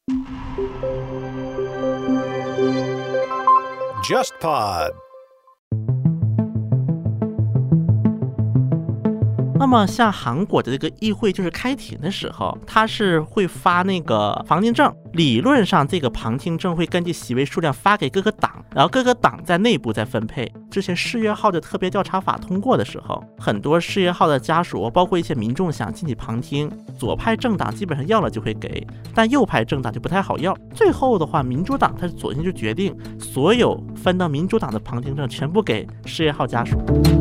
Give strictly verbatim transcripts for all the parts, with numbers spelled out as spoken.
JustPod。 那么像韩国的这个议会就是开庭的时候，它是会发那个旁听证，理论上这个旁听证会根据席位数量发给各个党，然后各个党在内部再分配。之前世越号的特别调查法通过的时候，很多世越号的家属包括一些民众想进去旁听，左派政党基本上要了就会给，但右派政党就不太好要。最后的话，民主党它是左倾就决定所有分到民主党的旁听证全部给世越号家属。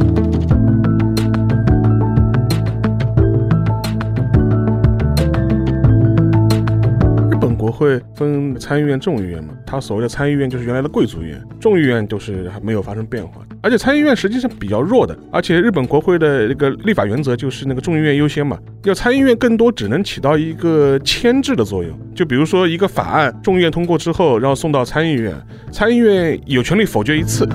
国会分参议院、众议院嘛，它所谓的参议院就是原来的贵族院，众议院就是还没有发生变化，而且参议院实际上比较弱的，而且日本国会的那个立法原则就是那个众议院优先嘛，要参议院更多只能起到一个牵制的作用，就比如说一个法案众议院通过之后，然后送到参议院，参议院有权利否决一次。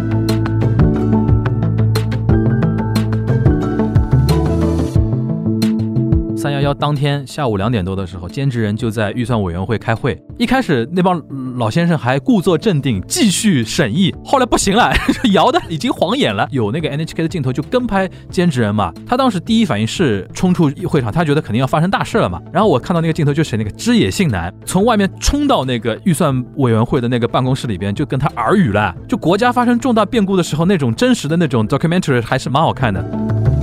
三一一当天下午两点多的时候，菅直人就在预算委员会开会。一开始那帮老先生还故作镇定，继续审议。后来不行了，摇的已经晃眼了。有那个 N H K 的镜头就跟拍菅直人嘛，他当时第一反应是冲出会场，他觉得肯定要发生大事了嘛。然后我看到那个镜头就是那个枝野幸男从外面冲到那个预算委员会的那个办公室里边，就跟他耳语了。就国家发生重大变故的时候，那种真实的那种 documentary 还是蛮好看的。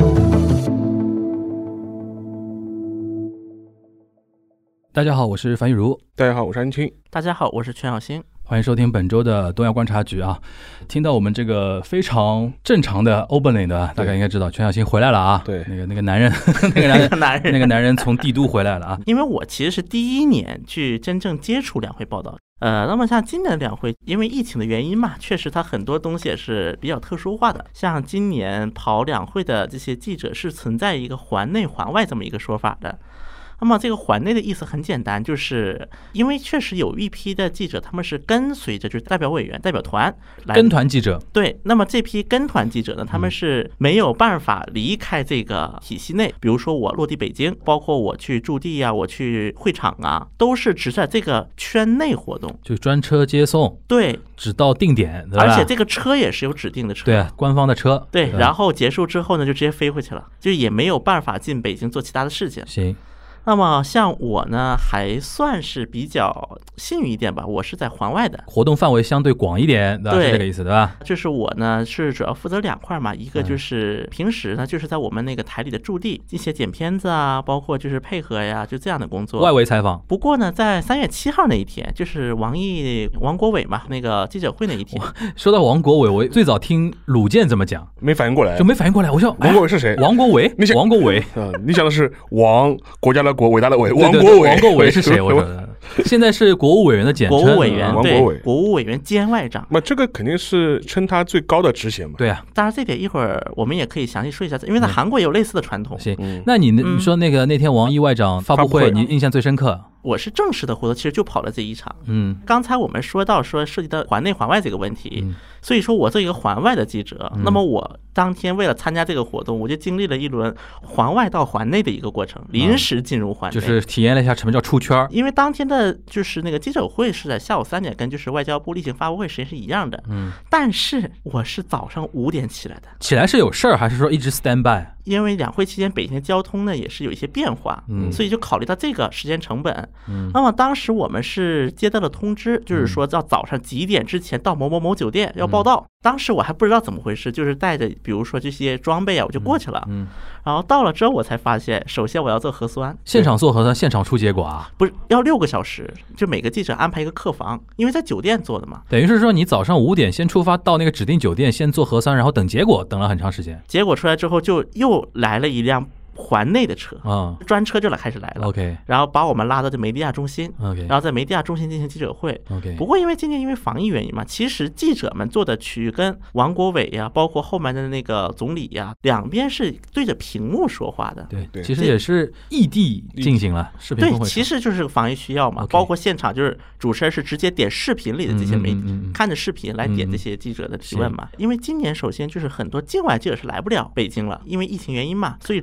大家好，我是樊玉茹。 大家好，我是安青。 大家好，我是全小新。 欢迎收听本周的东亚观察局啊！听到我们这个非常正常的 opening 的，大概应该知道全小新回来了啊！ 对， 那个那个男人，那个男人， 男人， 那个男人从帝都回来了啊！ 因为我其实是第一年去真正接触两会报道。呃，那么像今年的两会，因为疫情的原因嘛，确实它很多东西也是比较特殊化的。像今年跑两会的这些记者是存在一个环内环外这么一个说法的。那么这个环内的意思很简单，就是因为确实有一批的记者他们是跟随着就是代表委员代表团来跟团记者， 对，那么这批跟团记者呢，他们是没有办法离开这个体系内，比如说我落地北京，包括我去驻地啊，我去会场啊，都是只在这个圈内活动， 就专车接送， 对， 只到定点，对吧？ 而且这个车也是有指定的车， 对，官方的车， 对，然后结束之后呢，就直接飞回去了，就也没有办法进北京做其他的事情。 行。 那么像我呢，还算是比较幸运一点吧，我是在环外的， 活动范围相对广一点，对吧？ 对， 是这个意思，对吧？ 就是我呢是主要负责两块嘛，一个就是平时呢就是在我们那个台里的驻地，一些剪片子啊，包括就是配合呀，就这样的工作。 外围采访。 不过呢，在三月七号那一天，就是王毅、王国伟嘛，那个记者会那一天。 说到王国伟，我最早听鲁健怎么讲， 没反应过来， 就没反应过来。我说王国伟是谁？ 王国伟， 你想王国伟， 嗯，你想的是王国家的国，伟大的伟，王国伟，王国伟是谁？我说的。现在是国务委员的简称， 国务委员，对， 王国伟， 国务委员兼外长。 那这个肯定是称他最高的职衔嘛？ 对啊， 当然这点一会儿我们也可以详细说一下，因为在韩国也有类似的传统。 行，那你你说那个那天王毅外长发布会，你印象最深刻？ 我是正式的活动，其实就跑了这一场。 嗯， 刚才我们说到说涉及到环内环外这个问题， 嗯、 所以说我作为一个环外的记者、 嗯， 那么我当天为了参加这个活动，我就经历了一轮环外到环内的一个过程，临时进入环内， 嗯、就是体验了一下什么叫出圈。 因为当天的就是那个记者会是在下午三点，跟就是外交部例行发布会时间是一样的。 嗯， 但是我是早上五点起来的。 起来是有事儿，还是说一直 stand by？ 因为两会期间北京的交通呢也是有一些变化， 嗯， 所以就考虑到这个时间成本。 嗯， 那么当时我们是接到了通知，就是说要早上几点之前到某某某酒店要报到。嗯、当时我还不知道怎么回事，就是带着比如说这些装备啊，我就过去了。 嗯，嗯然后到了之后我才发现，首先我要做核酸， 现场做核酸，现场出结果啊？ 不是，要六个小时，就每个记者安排一个客房，因为在酒店做的嘛。 等于是说你早上五点先出发到那个指定酒店，先做核酸，然后等结果，等了很长时间。 结果出来之后，就又来了一辆环内的车啊、 嗯，专车就来开始来了。 OK， 然后把我们拉到这梅地亚中心。 OK， 然后在梅地亚中心进行记者会。 OK， 不过因为今年因为防疫原因嘛，其实记者们坐的区域跟王国伟呀，包括后面的那个总理呀，两边是对着屏幕说话的。 对对，其实也是异地进行了视频峰会。 对，其实就是防疫需要嘛。Okay， 包括现场就是主持人是直接点视频里的这些媒体，嗯嗯嗯、看着视频来点这些记者的提问嘛。嗯、因为今年首先就是很多境外记者是来不了北京了，因为疫情原因嘛，所以只有驻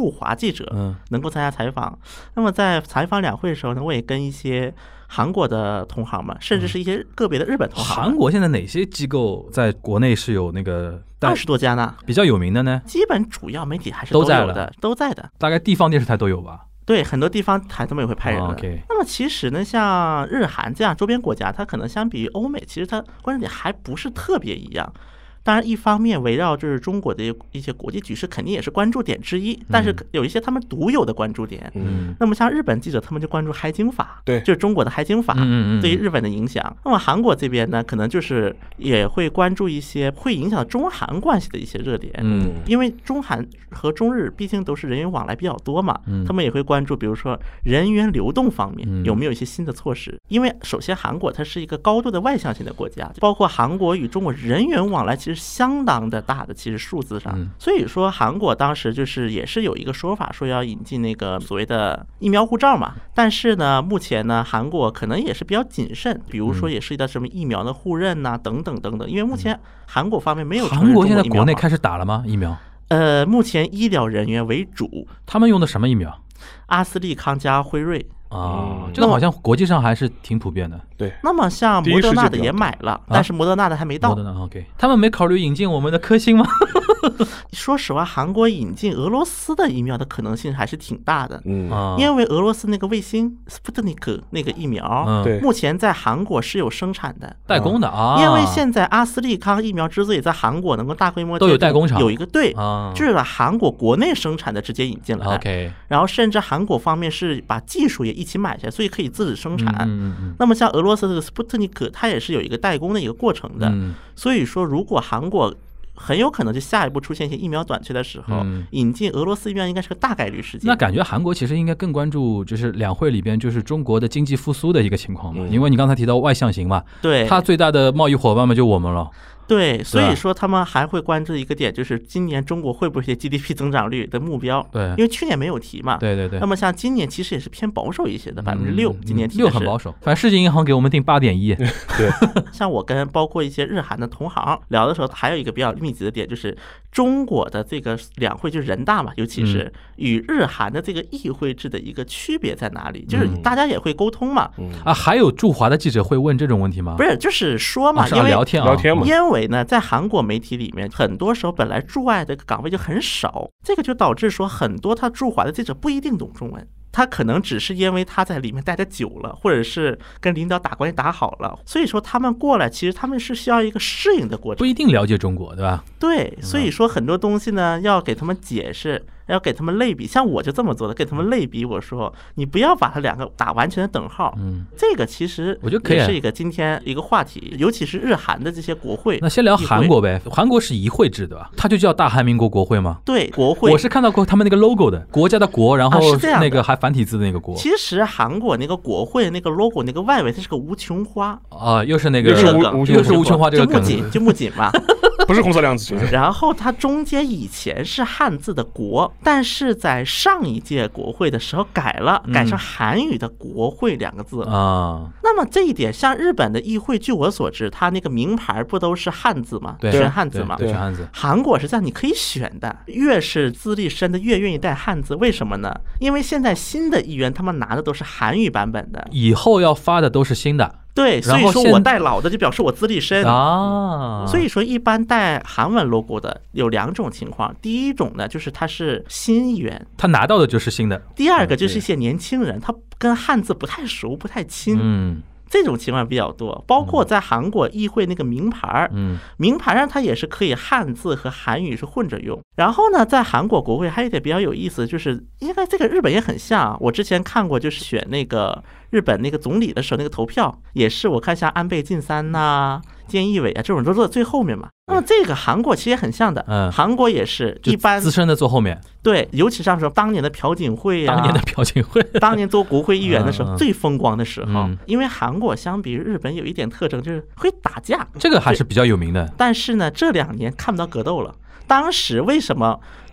驻华记者嗯能够参加采访。那么在采访两会的时候呢，我也跟一些韩国的同行们，甚至是一些个别的日本同行们。 韩国现在哪些机构在国内是有那个二十多家呢？ 比较有名的呢？ 基本主要媒体还是都在有的，都在的。 大概地方电视台都有吧？ 对，很多地方台他们也会派人的。 哦 OK 那么其实呢，像日韩这样周边国家，它可能相比于欧美，其实它关注点还不是特别一样。当然，一方面围绕就是中国的一些国际局势，肯定也是关注点之一，但是有一些他们独有的关注点。 嗯， 那么像日本记者，他们就关注海警法， 对， 就是中国的海警法嗯嗯嗯对于日本的影响。那么韩国这边呢，可能就是也会关注一些会影响中韩关系的一些热点。 嗯因为中韩和中日毕竟都是人员往来比较多嘛， 嗯他们也会关注，比如说人员流动方面嗯有没有一些新的措施。因为首先韩国它是一个高度的外向型的国家，包括韩国与中国人员往来其实相当的大的，其实数字上嗯， 所以说韩国当时就是也是有一个说法，说要引进那个所谓的疫苗护照嘛。但是呢，目前呢，韩国可能也是比较谨慎，比如说也涉及到什么疫苗的互认呐、等等等等。因为目前韩国方面没有承认韩国现在中疫苗嘛国内开始打了吗？疫苗？ 呃，目前医疗人员为主， 他们用的什么疫苗？ 阿斯利康加辉瑞。 啊， 嗯这个好像国际上还是挺普遍的。 对， 那么像第一摩德纳的世界比较多也买了，但是摩德纳的还没到莫。德纳 OK，他们没考虑引进我们的科兴吗？ 说实话，韩国引进俄罗斯的疫苗的可能性还是挺大的， 嗯， 啊， 因为俄罗斯那个卫星 Sputnik 那个疫苗， 嗯对目前在韩国是有生产的。 代工的啊， 因为现在阿斯利康疫苗之所以在韩国能够大规模都有接种代工厂有一个对， 啊， 就是把韩国国内生产的直接引进来， OK， 然后甚至韩国方面是把技术也一起买下来，所以可以自主生产。 嗯嗯嗯那么像俄罗斯这个 Sputnik， 它也是有一个代工的一个过程的。 嗯所以说，如果韩国很有可能就下一步出现一些疫苗短缺的时候， 嗯引进俄罗斯疫苗应该是个大概率事件。 那感觉韩国其实应该更关注，就是两会里边就是中国的经济复苏的一个情况嘛， 嗯因为你刚才提到外向型嘛， 对， 它最大的贸易伙伴嘛就我们了。 对，所以说他们还会关注一个点，就是今年中国会不会有 G D P 增长率的目标？ 对因为去年没有提嘛。 对对对那，么像今年其实也是偏保守一些的，百分之六，今年提的是六很保守，反正世界银行给我们定八点一。 对， 像我跟包括一些日韩的同行聊的时候，还有一个比较密集的点，就是中国的这个两会，就是人大嘛，尤其是与日韩的这个议会制的一个区别在哪里？就是大家也会沟通嘛， 嗯， 啊，还有驻华的记者会问这种问题吗？ 不是，就是说嘛， 啊，是因为聊天啊， 聊天嘛， 因为呢，在韩国媒体里面，很多时候本来驻外的岗位就很少，这个就导致说很多他驻华的记者不一定懂中文。他可能只是因为他在里面待得久了，或者是跟领导打关系打好了，所以说他们过来，其实他们是需要一个适应的过程。 不一定了解中国，对吧？ 对，所以说很多东西呢，要给他们解释，要给他们类比。像我就这么做的，给他们类比，我说你不要把它两个打完全的等号。 嗯， 这个其实我觉得可以也是一个今天一个话题，尤其是日韩的这些国会。 那先聊韩国呗，韩国是议会制对吧？它就叫大韩民国国会吗？ 对，国会。 我是看到过他们那个 logo 的，国家的国，然后啊是这样的那个还繁体字的那个国其实韩国那个国会那个 logo 那个外围它是个无穷花， 啊，又是那个又是无这个梗无又是无穷花这个梗就木槿就木槿嘛。 不是红色亮子旗， 然后它中间以前是汉字的国，但是在上一届国会的时候改了，改成韩语的国会两个字了。 啊， 那么这一点，像日本的议会，据我所知，它那个名牌不都是汉字吗？ 对， 全汉字嘛。 对，全汉字。 韩国是这样，你可以选的，越是资历深的越愿意带汉字，为什么呢？因为现在新的议员他们拿的都是韩语版本的， 以后要发的都是新的对，所以说我带老的就表示我资历深啊。 所以说，一般带韩文 logo 的有两种情况，第一种呢，就是他是新议员， 他拿到的就是新的。 第二个就是一些年轻人，他跟汉字不太熟，不太亲。 嗯。 这种情况比较多，包括在韩国议会那个名牌， 嗯， 名牌上它也是可以汉字和韩语是混着用。然后呢，在韩国国会还有一点比较有意思，就是应该这个日本也很像，我之前看过，就是选那个日本那个总理的时候，那个投票也是，我看像安倍晋三呐、菅义伟啊这种都坐在最后面嘛。那么这个韩国其实也很像的， 嗯， 韩国也是一般资深的坐后面， 对，尤其像说当年的朴槿惠啊， 当年的朴槿惠， 当年做国会议员的时候嗯嗯最风光的时候嗯， 因为韩国相比于日本有一点特征，就是会打架， 这个还是比较有名的。 但是呢，这两年看不到格斗了。当时为什么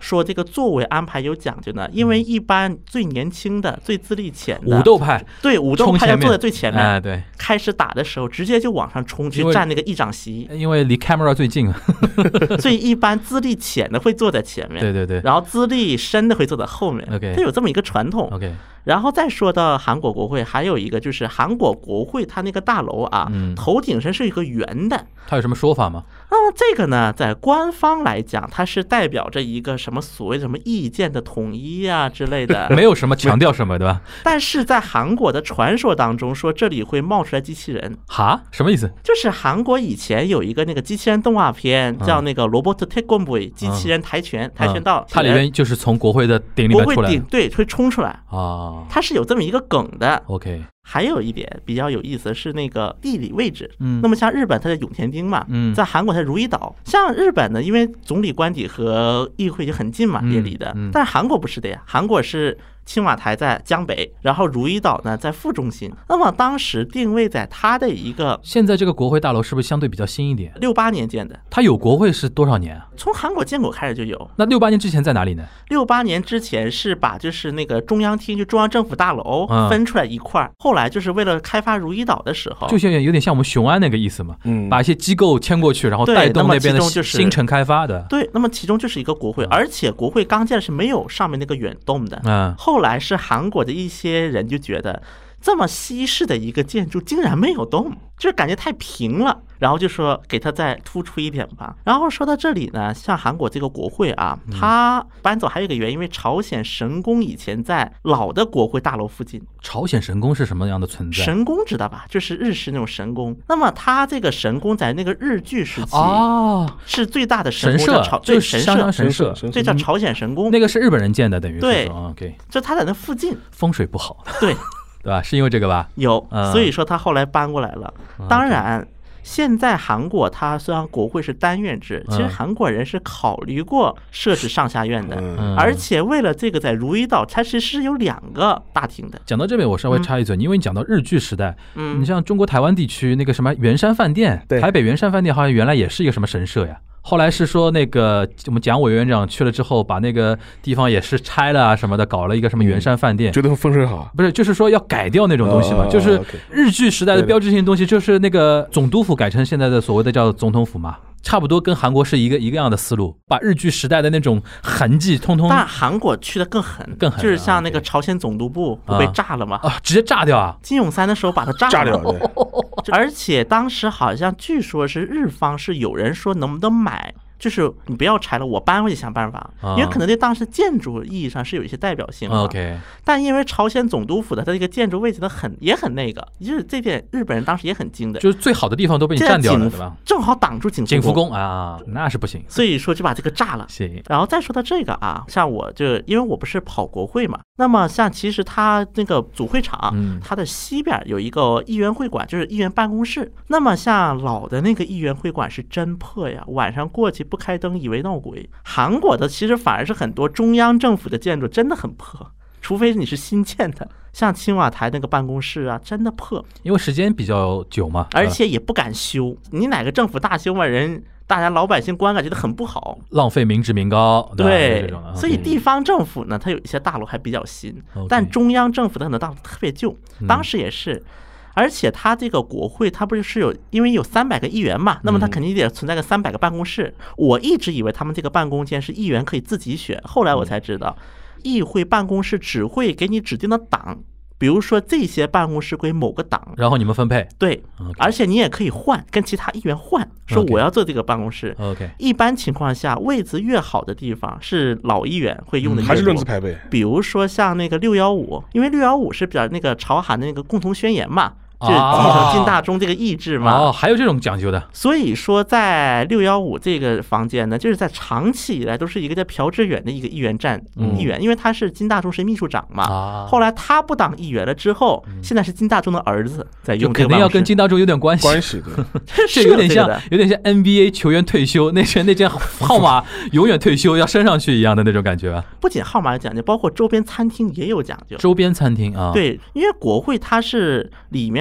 说这个座位安排有讲究呢？因为一般最年轻的、最资历浅的武斗派， 对武斗派要坐在最前面。 哎，对， 开始打的时候直接就往上冲去占那个议长席， 因为离 camera 最近， 所以一般资历浅的会坐在前面， 对对对， 然后资历深的会坐在后面。 OK， 它有这么一个传统。 OK。 然后再说到韩国国会，还有一个就是韩国国会它那个大楼啊， 嗯、 头顶上是一个圆的。 它有什么说法吗？ 那么这个呢，在官方来讲，它是代表着一个什么所谓什么意见的统一啊之类的， 没有什么强调什么，对吧？ 但是在韩国的传说当中说，这里会冒出来机器人。 哈，什么意思？ 就是韩国以前有一个那个机器人动画片，叫那个《罗伯特·泰棍部》机器人跆拳跆拳道， 它里面就是从国会的顶里面出来， 国会顶对会冲出来啊， 它是有这么一个梗的。 OK。 还有一点比较有意思的是那个地理位置， 嗯， 那么像日本它在永田町嘛， 嗯， 在韩国它如意岛，像日本呢，因为总理官邸和议会就很近嘛，也离的， 嗯嗯、 但是韩国不是的呀，韩国是青瓦台在江北，然后如意岛呢在副中心，那么当时定位在它的一个， 现在这个国会大楼是不是相对比较新一点？ 六八年建的， 它有国会是多少年啊？ 从韩国建国开始就有。 那六八年之前在哪里呢？ 六八年之前是把就是那个中央厅，就中央政府大楼分出来一块，嗯、后来就是为了开发如意岛的时候， 就像有点像我们雄安那个意思嘛， 嗯， 把一些机构迁过去，然后带动那边的新城开发的。 对，那么其中就是一个国会，而且国会刚建是没有上面那个圆洞的， 嗯， 后来是韩国的一些人就觉得这么西式的一个建筑竟然没有洞，就是感觉太平了，然后就说给它再突出一点吧。然后说到这里呢，像韩国这个国会啊，它搬走还有一个原因，因为朝鲜神宫以前在老的国会大楼附近。 朝鲜神宫是什么样的存在？ 神宫知道吧？就是日式那种神宫。那么它这个神宫在那个日据时期哦， 是最大的神社， 对神社， 神社， 这叫朝鲜神宫。 那个是日本人建的，等于对 ，OK， 就它在那附近， 风水不好， 对。 对吧？是因为这个吧？ 有，所以说他后来搬过来了。 嗯、 当然，现在韩国它虽然国会是单院制，其实韩国人是考虑过设置上下院的， 嗯、 而且为了这个，在如意岛它其实是有两个大厅的。 讲到这边，我稍微插一嘴，嗯、因为你讲到日据时代， 嗯， 你像中国台湾地区那个什么圆山饭店，台北圆山饭店好像原来也是一个什么神社呀。后来是说那个我们蒋委员长去了之后，把那个地方也是拆了啊什么的，搞了一个什么圆山饭店， 觉得风水好， 不是，就是说要改掉那种东西嘛， 哦、 就是日据时代的标志性东西，就是那个总督府改成现在的所谓的叫总统府嘛。差不多跟韩国是一个一个样的思路，把日据时代的那种痕迹通通。 但韩国去的更狠， 更狠， 就是像那个朝鲜总督部不被炸了吗？ 啊，直接炸掉啊！ 金泳三的时候把它炸了， 炸掉了。 而且当时好像据说是日方是有人说能不能买。就是你不要拆了，我搬回去想办法，因为可能对当时建筑意义上是有一些代表性的。 OK， 但因为朝鲜总督府的它这个建筑位置的很也很那个，就是这点日本人当时也很精的， 就是最好的地方都被你占掉了，对吧？ 正好挡住景景福宫啊，那是不行。 所以说就把这个炸了。 行。 然后再说到这个啊，像我就因为我不是跑国会嘛，那么像其实它那个主会场， 嗯、 它的西边有一个议员会馆，就是议员办公室。那么像老的那个议员会馆是真破呀，晚上过去不开灯以为闹鬼。韩国的其实反而是很多中央政府的建筑真的很破，除非你是新建的，像青瓦台那个办公室啊，真的破， 因为时间比较久嘛， 而且也不敢修。你哪个政府大修嘛，人大家老百姓观感觉得很不好， 浪费民脂民膏。 对，所以地方政府呢，它有一些大楼还比较新，但中央政府的很多大楼特别旧，当时也是。而且他这个国会，他不是有，因为有三百个议员嘛，那么他肯定得存在个三百个办公室。我一直以为他们这个办公间是议员可以自己选，后来我才知道，议会办公室只会给你指定的党。比如说这些办公室归某个党， 然后你们分配。 对， okay. 而且你也可以换，跟其他议员换，说我要做这个办公室。 OK， 一般情况下，位置越好的地方是老议员会用的越多， 还是论资排辈。 比如说像那个六幺五，因为六幺五是比较那个朝韩的那个共同宣言嘛。就是继承金大中这个意志嘛， 哦，还有这种讲究的。 所以说，在六幺五这个房间呢，就是在长期以来都是一个叫朴智远的一个议员站议员，因为他是金大中是秘书长嘛。后来他不当议员了之后，现在是金大中的儿子在用这个办公室， 肯定要跟金大中有点关系。 关系的， 这有点像，有点像 N B A 球员退休那件那件号码永远退休要升上去一样的那种感觉吧。 不仅号码有讲究，包括周边餐厅也有讲究。 周边餐厅啊， 对，因为国会它是里面。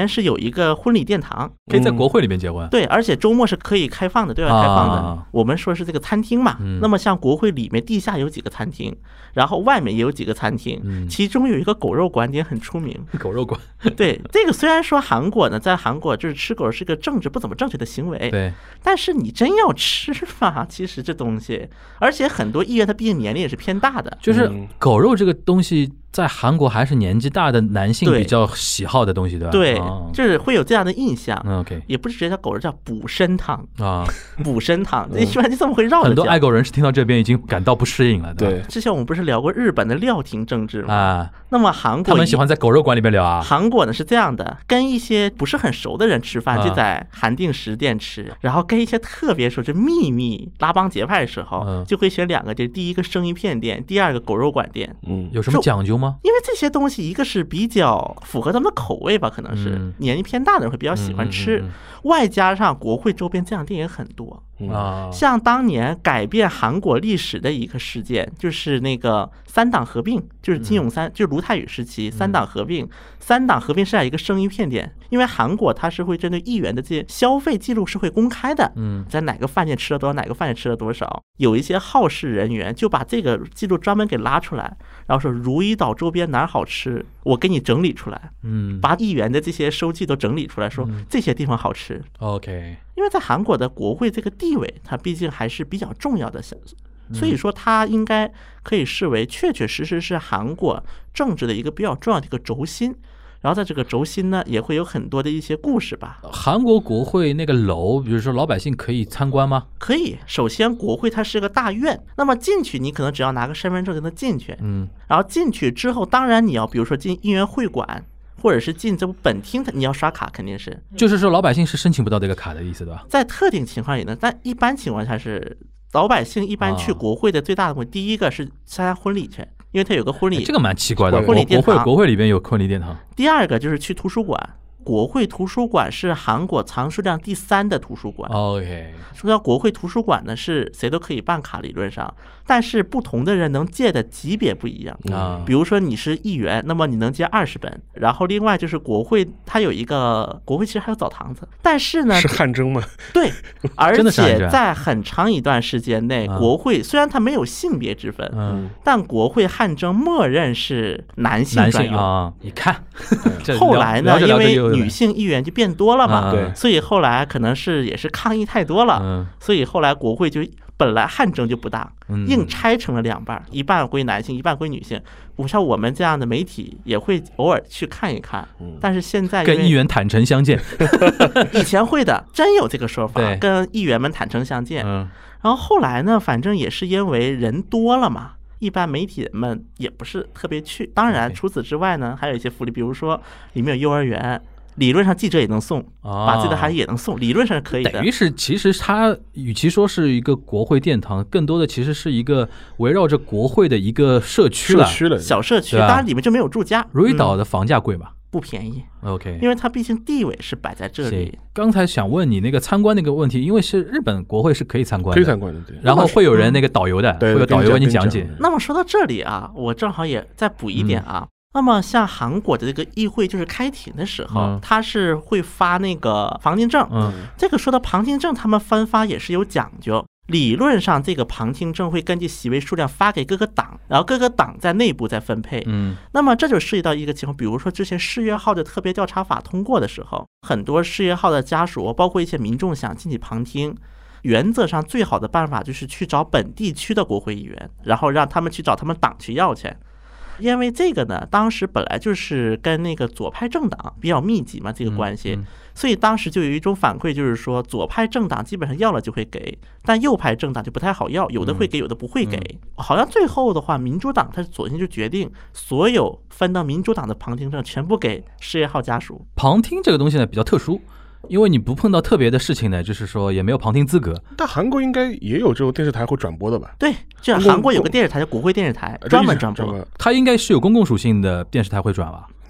面是有一个婚礼殿堂， 可以在国会里面结婚。 对，而且周末是可以开放的，对外开放的。 啊、 我们说是这个餐厅嘛、嗯，那么像国会里面地下有几个餐厅，然后外面也有几个餐厅，嗯、其中有一个狗肉馆点很出名。 狗肉馆， 对，这个虽然说韩国呢，在韩国就是吃狗是个政治不怎么正确的行为， 对， 但是你真要吃嘛，其实这东西，而且很多议员他毕竟年龄也是偏大的， 就是狗肉这个东西。在韩国还是年纪大的男性比较喜好的东西，对吧？ 对， 哦、 就是会有这样的印象。 嗯、OK， 也不是直接叫狗肉，叫补参汤啊， 补参汤，一般就这么会绕着讲。 很多爱狗人士听到这边已经感到不适应了。对， 对之前我们不是聊过日本的料亭政治吗？ 啊， 那么韩国他们喜欢在狗肉馆里面聊啊。 韩国呢是这样的，跟一些不是很熟的人吃饭，就在韩定食店吃，啊、然后跟一些特别熟，就秘密拉帮结派的时候，嗯、就会选两个，就是第一个生鱼片店，第二个狗肉馆店。 嗯，有什么讲究吗？ 因为这些东西。东西一个是比较符合他们的口味吧，可能是年纪偏大的人会比较喜欢吃，嗯嗯嗯嗯、外加上国会周边这样的店也很多啊。像当年改变韩国历史的一个事件，就是那个三党合并，就是金泳三，嗯、就是卢泰愚时期三党合并，三党合并是在一个生鱼片店，因为韩国它是会针对议员的这些消费记录是会公开的，嗯，在哪个饭店吃了多少，哪个饭店吃了多少，有一些好事人员就把这个记录专门给拉出来，然后说如意岛周边哪儿好吃。吃，我给你整理出来，嗯，把议员的这些收据都整理出来，说这些地方好吃。 OK， 因为在韩国的国会这个地位，它毕竟还是比较重要的，所以说它应该可以视为确确实实是韩国政治的一个比较重要的一个轴心。然后在这个轴心呢，也会有很多的一些故事吧。 韩国国会那个楼，比如说老百姓可以参观吗？ 可以。首先，国会它是个大院，那么进去你可能只要拿个身份证就能进去。嗯。然后进去之后，当然你要比如说进议员会馆，或者是进这部本厅，你要刷卡，肯定是。 就是说老百姓是申请不到这个卡的意思，对吧？ 在特定情况也能，但一般情况下是老百姓一般去国会的最大的目的，第一个是参加婚礼去。因为它有个婚礼、哎， 这个蛮奇怪的。 婚礼殿堂， 国会国会里边有婚礼殿堂。 第二个就是去图书馆，国会图书馆是韩国藏书量第三的图书馆。 OK， 说到国会图书馆呢，是谁都可以办卡，理论上，但是不同的人能借的级别不一样啊。比如说你是议员，那么你能借二十本，然后另外就是国会，它有一个国会其实还有澡堂子，但是呢， 是汗蒸吗？ 对，而且在很长一段时间内，国会虽然它没有性别之分，嗯，但国会汗蒸默认是男性专用啊。你看， 后来呢，因为女性议员就变多了嘛， 对， 所以后来可能是也是抗议太多了，嗯，所以后来国会就本来汗蒸就不大，硬拆成了两半，一半归男性，一半归女性。不像我们这样的媒体也会偶尔去看一看，但是现在跟议员坦诚相见， 以前会的，真有这个说法，跟议员们坦诚相见。然后后来呢，反正也是因为人多了嘛。一般媒体人们也不是特别去，当然除此之外呢，还有一些福利，比如说里面有幼儿园，理论上记者也能送，把自己的孩子也能送，理论上是可以的。 等于是，其实它与其说是一个国会殿堂，更多的其实是一个围绕着国会的一个社区了， 社区了小社区，当然里面就没有住家。 如意岛的房价贵吧？ 不便宜 ，OK， 因为它毕竟地位是摆在这里。 刚才想问你那个参观那个问题，因为是日本国会是可以参观的， 可以参观的，对。 然后会有人那个导游的，会有导游为你讲解。 那么说到这里啊，我正好也再补一点啊。嗯、那么像韩国的这个议会，就是开庭的时候，嗯、它是会发那个旁听证。嗯，这个说到旁听证，他们分发也是有讲究。理论上，这个旁听证会根据席位数量发给各个党，然后各个党在内部再分配。嗯，那么这就涉及到一个情况，比如说之前世越号的特别调查法通过的时候，很多世越号的家属，包括一些民众想进去旁听，原则上最好的办法就是去找本地区的国会议员，然后让他们去找他们党去要钱。因为这个呢，当时本来就是跟那个左派政党比较密集嘛，这个关系，所以当时就有一种反馈，就是说左派政党基本上要了就会给，但右派政党就不太好要，有的会给，有的不会给。好像最后的话，民主党他索性就决定所有分到民主党的旁听证全部给世越号家属。 旁听这个东西呢比较特殊。因为你不碰到特别的事情呢，就是说也没有旁听资格。 但韩国应该也有这种电视台会转播的吧？ 对，就像韩国有个电视台叫国会电视台，专门转播。 它应该是有公共属性的电视台会转吧？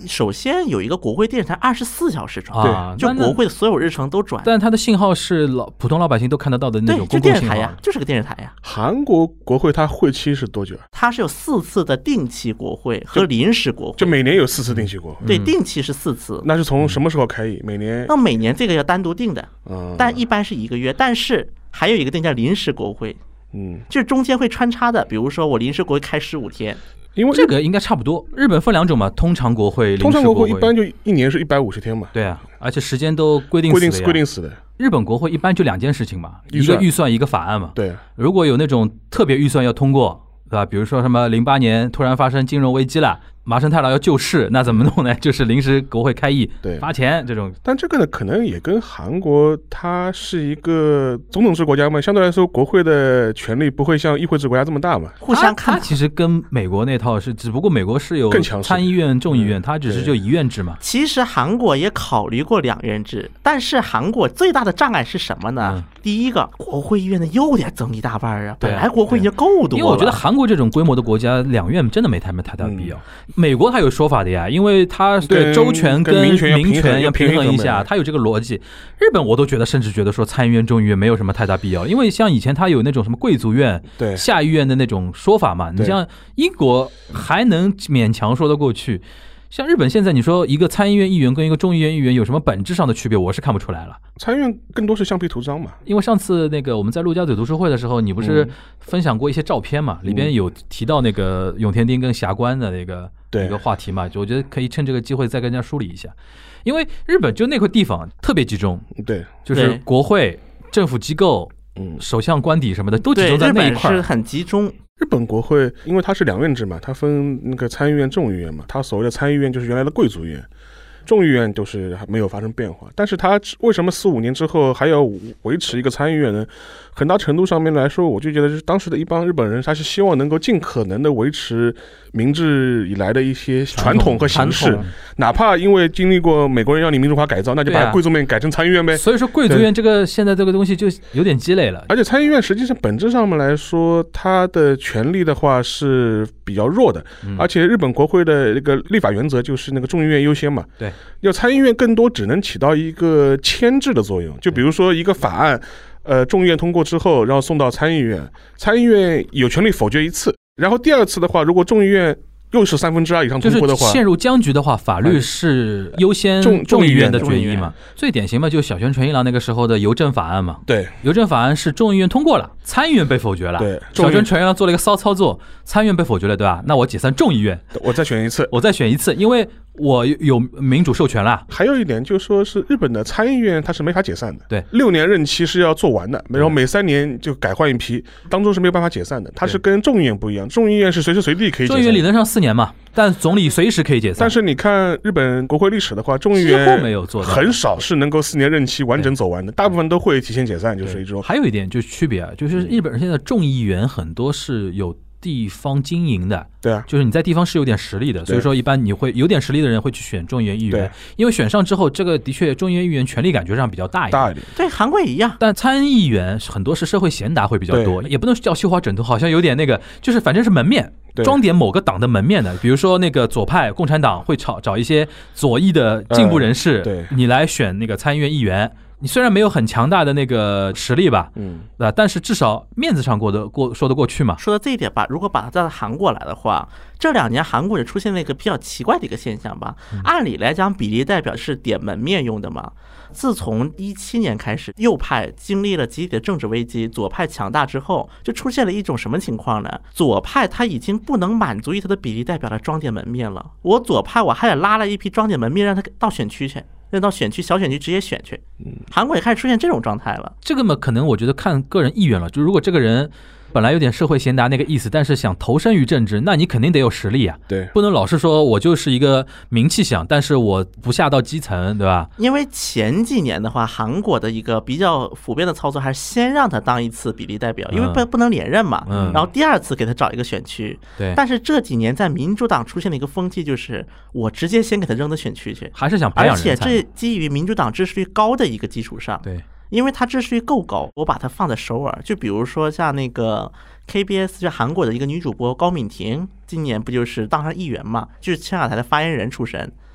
首先有一个国会电视台二十四小时转， 啊， 就国会的所有日程都转， 但它的信号是老普通老百姓都看得到的那种公共信号。 对，就电视台呀，就是个电视台呀。 韩国国会它会期是多久？ 它是有四次的定期国会和临时国会， 就每年有四次定期国会。 对，定期是四次。 那是从什么时候开议？每年？ 那每年这个要单独定的， 嗯， 但一般是一个月。但是还有一个定叫临时国会， 嗯， 就是中间会穿插的，比如说我临时国会开十五天。 因为这个应该差不多，日本分两种嘛，通常国会、 通常国会一般就一年是一百五十天嘛。 对啊，而且时间都规定规定死的规定死的。 日本国会一般就两件事情嘛，一个预算，一个法案嘛。 对， 如果有那种特别预算要通过，对吧？比如说什么零八年突然发生金融危机了，麻生太郎要救市，那怎么弄呢？就是临时国会开议， 对， 发钱这种。 但这个呢，可能也跟韩国它是一个总统制国家嘛，相对来说国会的权力不会像议会制国家这么大嘛。 互相看， 它其实跟美国那套是，只不过美国是有参议院、众议院，它只是就一院制嘛。 其实韩国也考虑过两院制，但是韩国最大的障碍是什么呢？嗯、第一个，国会议院的又得增一大半啊，本来国会已经够多了。 因为我觉得韩国这种规模的国家，两院真的没太没太大必要。嗯、美国它有说法的呀，因为它的州权跟民权要平衡一下，它有这个逻辑。日本我都觉得，甚至觉得说参议院、众议院没有什么太大必要，因为像以前它有那种什么贵族院、下议院的那种说法嘛。你像英国还能勉强说得过去，像日本现在你说一个参议院议员跟一个众议院议员有什么本质上的区别，我是看不出来了。 参议院更多是橡皮图章嘛。因为上次那个我们在陆家嘴读书会的时候，你不是分享过一些照片嘛，嗯、里边有提到那个永田町跟霞关的那个一个话题嘛，就我觉得可以趁这个机会再跟大家梳理一下。因为日本就那块地方特别集中， 对， 就是国会、政府机构、嗯，首相官邸什么的都集中在那一块， 是很集中。 日本国会因为它是两院制嘛，它分那个参议院、众议院嘛，它所谓的参议院就是原来的贵族院。众议院就是没有发生变化，但是它为什么四五年之后还要维持一个参议院呢？很大程度上面来说，我就觉得是当时的一帮日本人，他是希望能够尽可能的维持明治以来的一些传统和形式，哪怕因为经历过美国人要你民主化改造，那就把贵族院改成参议院呗。 所以说贵族院这个现在这个东西就有点积累了。 而且参议院实际上本质上面来说，它的权力的话是比较弱的，嗯、而且日本国会的那个立法原则就是那个众议院优先嘛。 对， 要参议院更多只能起到一个牵制的作用，就比如说一个法案。呃，众议院通过之后，然后送到参议院，参议院有权利否决一次，然后第二次的话，如果众议院又是三分之二以上通过的话， 就是陷入僵局的话，法律是优先众议院的决议嘛。最典型嘛，就是小泉纯一郎那个时候的邮政法案嘛。 对， 邮政法案是众议院通过了，参议院被否决了。 对， 小泉纯一郎做了一个骚操作，参议院被否决了，对吧？那我解散众议院， 我再选一次， 我再选一次，因为我有民主授权了。 还有一点就是说，是日本的参议院它是没法解散的， 对， 六年任期是要做完的，然后每三年就改换一批，当中是没有办法解散的。它是跟众议院不一样，众议院是随时随地可以解散。 众议院理论上四年嘛，但总理随时可以解散。 但是你看日本国会历史的话，众议院没有做到， 很少是能够四年任期完整走完的，大部分都会提前解散，就是一种。 还有一点就是区别啊，就是日本人现在众议员很多是有地方经营的， 对啊， 就是你在地方是有点实力的，所以说一般你会有点实力的人会去选众议院议员，因为选上之后，这个的确众议院议员权力感觉上比较大一点， 大一点。 对，韩国也一样。 但参议员很多是社会贤达会比较多，也不能叫绣花枕头，好像有点那个，就是反正是门面。装点某个党的门面的，比如说那个左派共产党会找找一些左翼的进步人士， 呃、对你来选那个参议院议员。你虽然没有很强大的那个实力吧，嗯，对吧？但是至少面子上过得过说得过去嘛。 说到这一点吧，如果把它带到韩国来的话，这两年韩国也出现了一个比较奇怪的一个现象吧。嗯、按理来讲，比例代表是点门面用的嘛。自从一七年开始，右派经历了集体的政治危机，左派强大之后，就出现了一种什么情况呢？左派他已经不能满足于他的比例代表的装点门面了。我左派我还得拉了一批装点门面，让他到选区去。让到选区小选区直接选去，韩国也开始出现这种状态了。 这个嘛，可能我觉得看个人意愿了。就如果这个人本来有点社会贤达那个意思，但是想投身于政治，那你肯定得有实力啊。 对， 不能老是说我就是一个名气响，但是我不下到基层，对吧？ 因为前几年的话，韩国的一个比较普遍的操作还是先让他当一次比例代表，因为不不能连任嘛。嗯。然后第二次给他找一个选区。 对。 但是这几年在民主党出现了一个风气，就是我直接先给他扔到选区去， 还是想培养人才。 而且这基于民主党支持率高的一个基础上。 对。 因为他支持率够高，我把它放在首尔，就比如说像那个 K B S， 就韩国的一个女主播高敏婷，今年不就是当上议员嘛，就是青瓦台的发言人出身。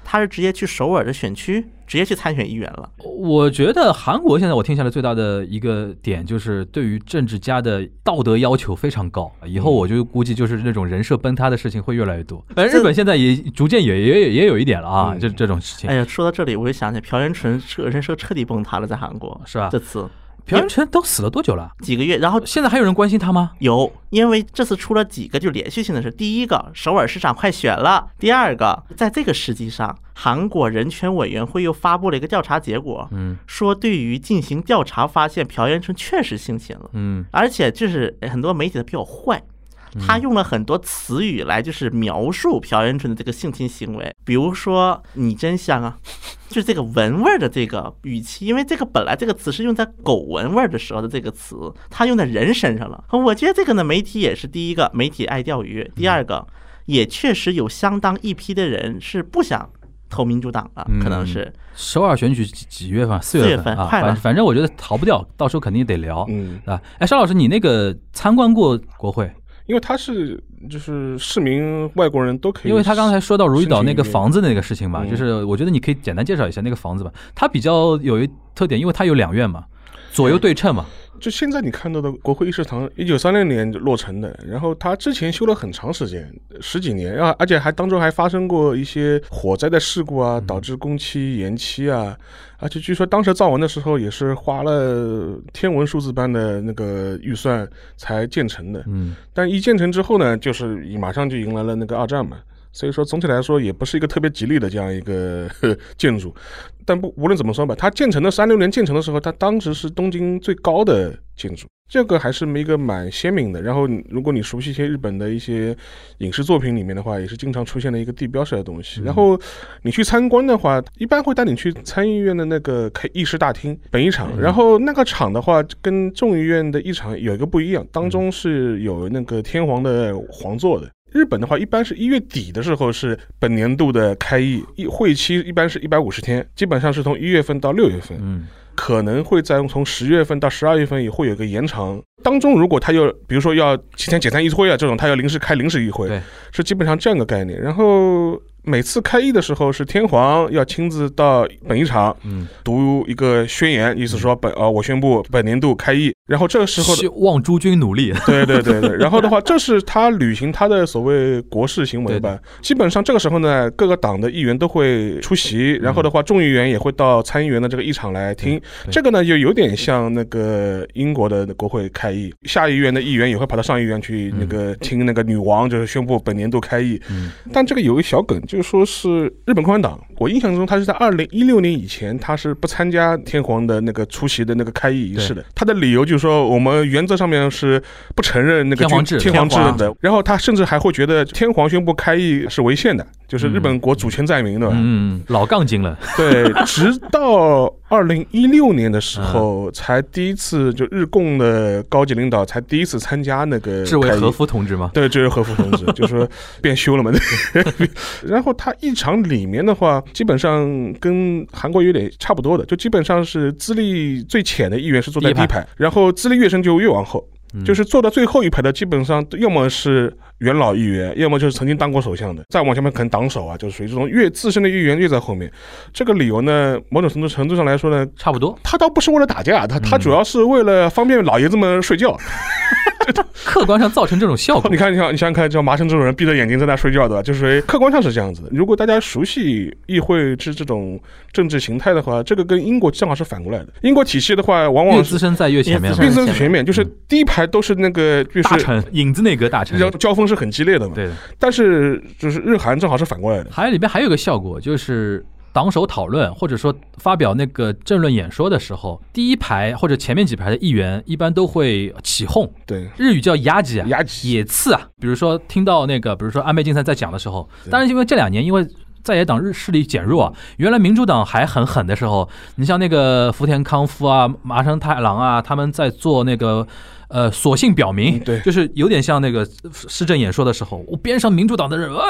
他是直接去首尔的选区直接去参选议员了。 我觉得韩国现在我听下来最大的一个点就是对于政治家的道德要求非常高，以后我就估计就是那种人设崩塌的事情会越来越多。反正日本现在也逐渐也也也有一点了啊，这这种事情。 哎呀，说到这里我就想起朴元淳人设彻底崩塌了，在韩国是吧？ 这次朴元淳都死了多久了？ 几个月，然后现在还有人关心他吗？ 有，因为这次出了几个就连续性的事。第一个，首尔市长快选了；第二个，在这个时机上，韩国人权委员会又发布了一个调查结果， 嗯， 说对于进行调查发现朴元淳确实性侵了， 嗯， 而且就是很多媒体的比较坏。他用了很多词语来就是描述朴元淳的这个性侵行为，比如说你真香啊，就是这个闻味的这个语气，因为这个本来这个词是用在狗闻味的时候的这个词，他用在人身上了。我觉得这个呢，媒体也是第一个，媒体爱钓鱼；第二个，也确实有相当一批的人是不想投民主党了，可能是。 首尔选举几几月份？四月份啊， 快了。 反正我觉得逃不掉，到时候肯定得聊， 嗯啊。哎，邵老师，你那个参观过国会？ 因为他是就是市民外国人都可以， 因为他刚才说到如意岛那个房子那个事情嘛， 嗯、 就是我觉得你可以简单介绍一下那个房子吧。它比较有一特点，因为它有两院嘛，左右对称嘛。 就现在你看到的国会议事堂，一九三六年落成的，然后它之前修了很长时间，十几年啊，而且还当中还发生过一些火灾的事故啊，导致工期延期啊，而且据说当时造完的时候也是花了天文数字般的那个预算才建成的， 嗯， 但一建成之后呢，就是马上就迎来了那个二战嘛。所以说总体来说也不是一个特别吉利的这样一个建筑，但不无论怎么说吧，它建成的三六年建成的时候，它当时是东京最高的建筑，这个还是一个蛮鲜明的。然后如果你熟悉一些日本的一些影视作品里面的话，也是经常出现的一个地标式的东西。然后你去参观的话，一般会带你去参议院的那个开议事大厅本议场，然后那个场的话跟众议院的议场有一个不一样，当中是有那个天皇的皇座的。日本的话，一般是一月底的时候是本年度的开议，会期一般是一百五十天，基本上是从一月份到六月份， 嗯， 可能会在从十月份到十二月份也会有一个延长。当中如果他要比如说要提前解散议会啊这种，他要临时开临时议会，是基本上这样的概念。然后每次开议的时候是天皇要亲自到本议场，嗯，读一个宣言，意思说本啊、呃、我宣布本年度开议。然后这个时候希望诸君努力， 对对对对。然后的话，这是他履行他的所谓国事行为吧。基本上这个时候呢，各个党的议员都会出席，然后的话，众议员也会到参议员的这个议场来听。这个呢，就有点像那个英国的国会开议，下议院的议员也会跑到上议院去那个听那个女王就是宣布本年度开议。嗯、但这个有一个小梗，就是说是日本共产党，我印象中他是在二零一六年以前，他是不参加天皇的那个出席的那个开议仪式的。他的理由就是说，我们原则上面是不承认那个天皇制天皇制的，然后他甚至还会觉得天皇宣布开议是违宪的，就是日本国主权在民的， 嗯，老杠精了。 对，直到二零一六年的时候，才第一次就日共的高级领导才第一次参加那个志为和夫同志吗？ 对，志为和夫同志，就是说变修了嘛。然后他议场里面的话，基本上跟韩国有点差不多的，就基本上是资历最浅的议员是坐在第一排，然后资历越深就越往后。就是坐到最后一排的，基本上要么是元老议员，要么就是曾经当过首相的，再往前面可能党首啊，就是属于这种越资深的议员越在后面。这个理由呢，某种程度程度上来说呢， 差不多。 他倒不是为了打架，他他主要是为了方便老爷子们睡觉。 客观上造成这种效果， 你看，你想，你想想看，叫麻生这种人闭着眼睛在那睡觉的，就是客观上是这样子的。如果大家熟悉议会是这种政治形态的话，这个跟英国正好是反过来的。英国体系的话，往往越资深在越前面， 越资深在前面，就是第一排都是那个就是大臣，影子内阁大臣， 交锋是很激烈的嘛。 对的。 但是就是日韩正好是反过来的。 还有里边还有一个效果就是。党首讨论或者说发表那个政论演说的时候，第一排或者前面几排的议员一般都会起哄， 对， 日语叫야지啊， 야지 野刺啊。比如说听到那个，比如说安倍晋三在讲的时候，当然因为这两年因为在野党日势力减弱啊，原来民主党还很狠的时候，你像那个福田康夫啊、麻生太郎啊，他们在做那个。呃，索性表明， 对， 就是有点像那个施政演说的时候，我边上民主党的人，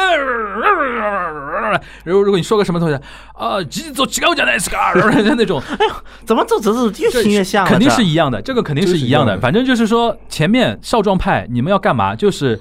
然后如果你说个什么东西啊，做几个讲的是嘎，那种， 哎呦，怎么这这这越听越像了？ 肯定是一样的，这个肯定是一样的。反正就是说，前面少壮派你们要干嘛？就是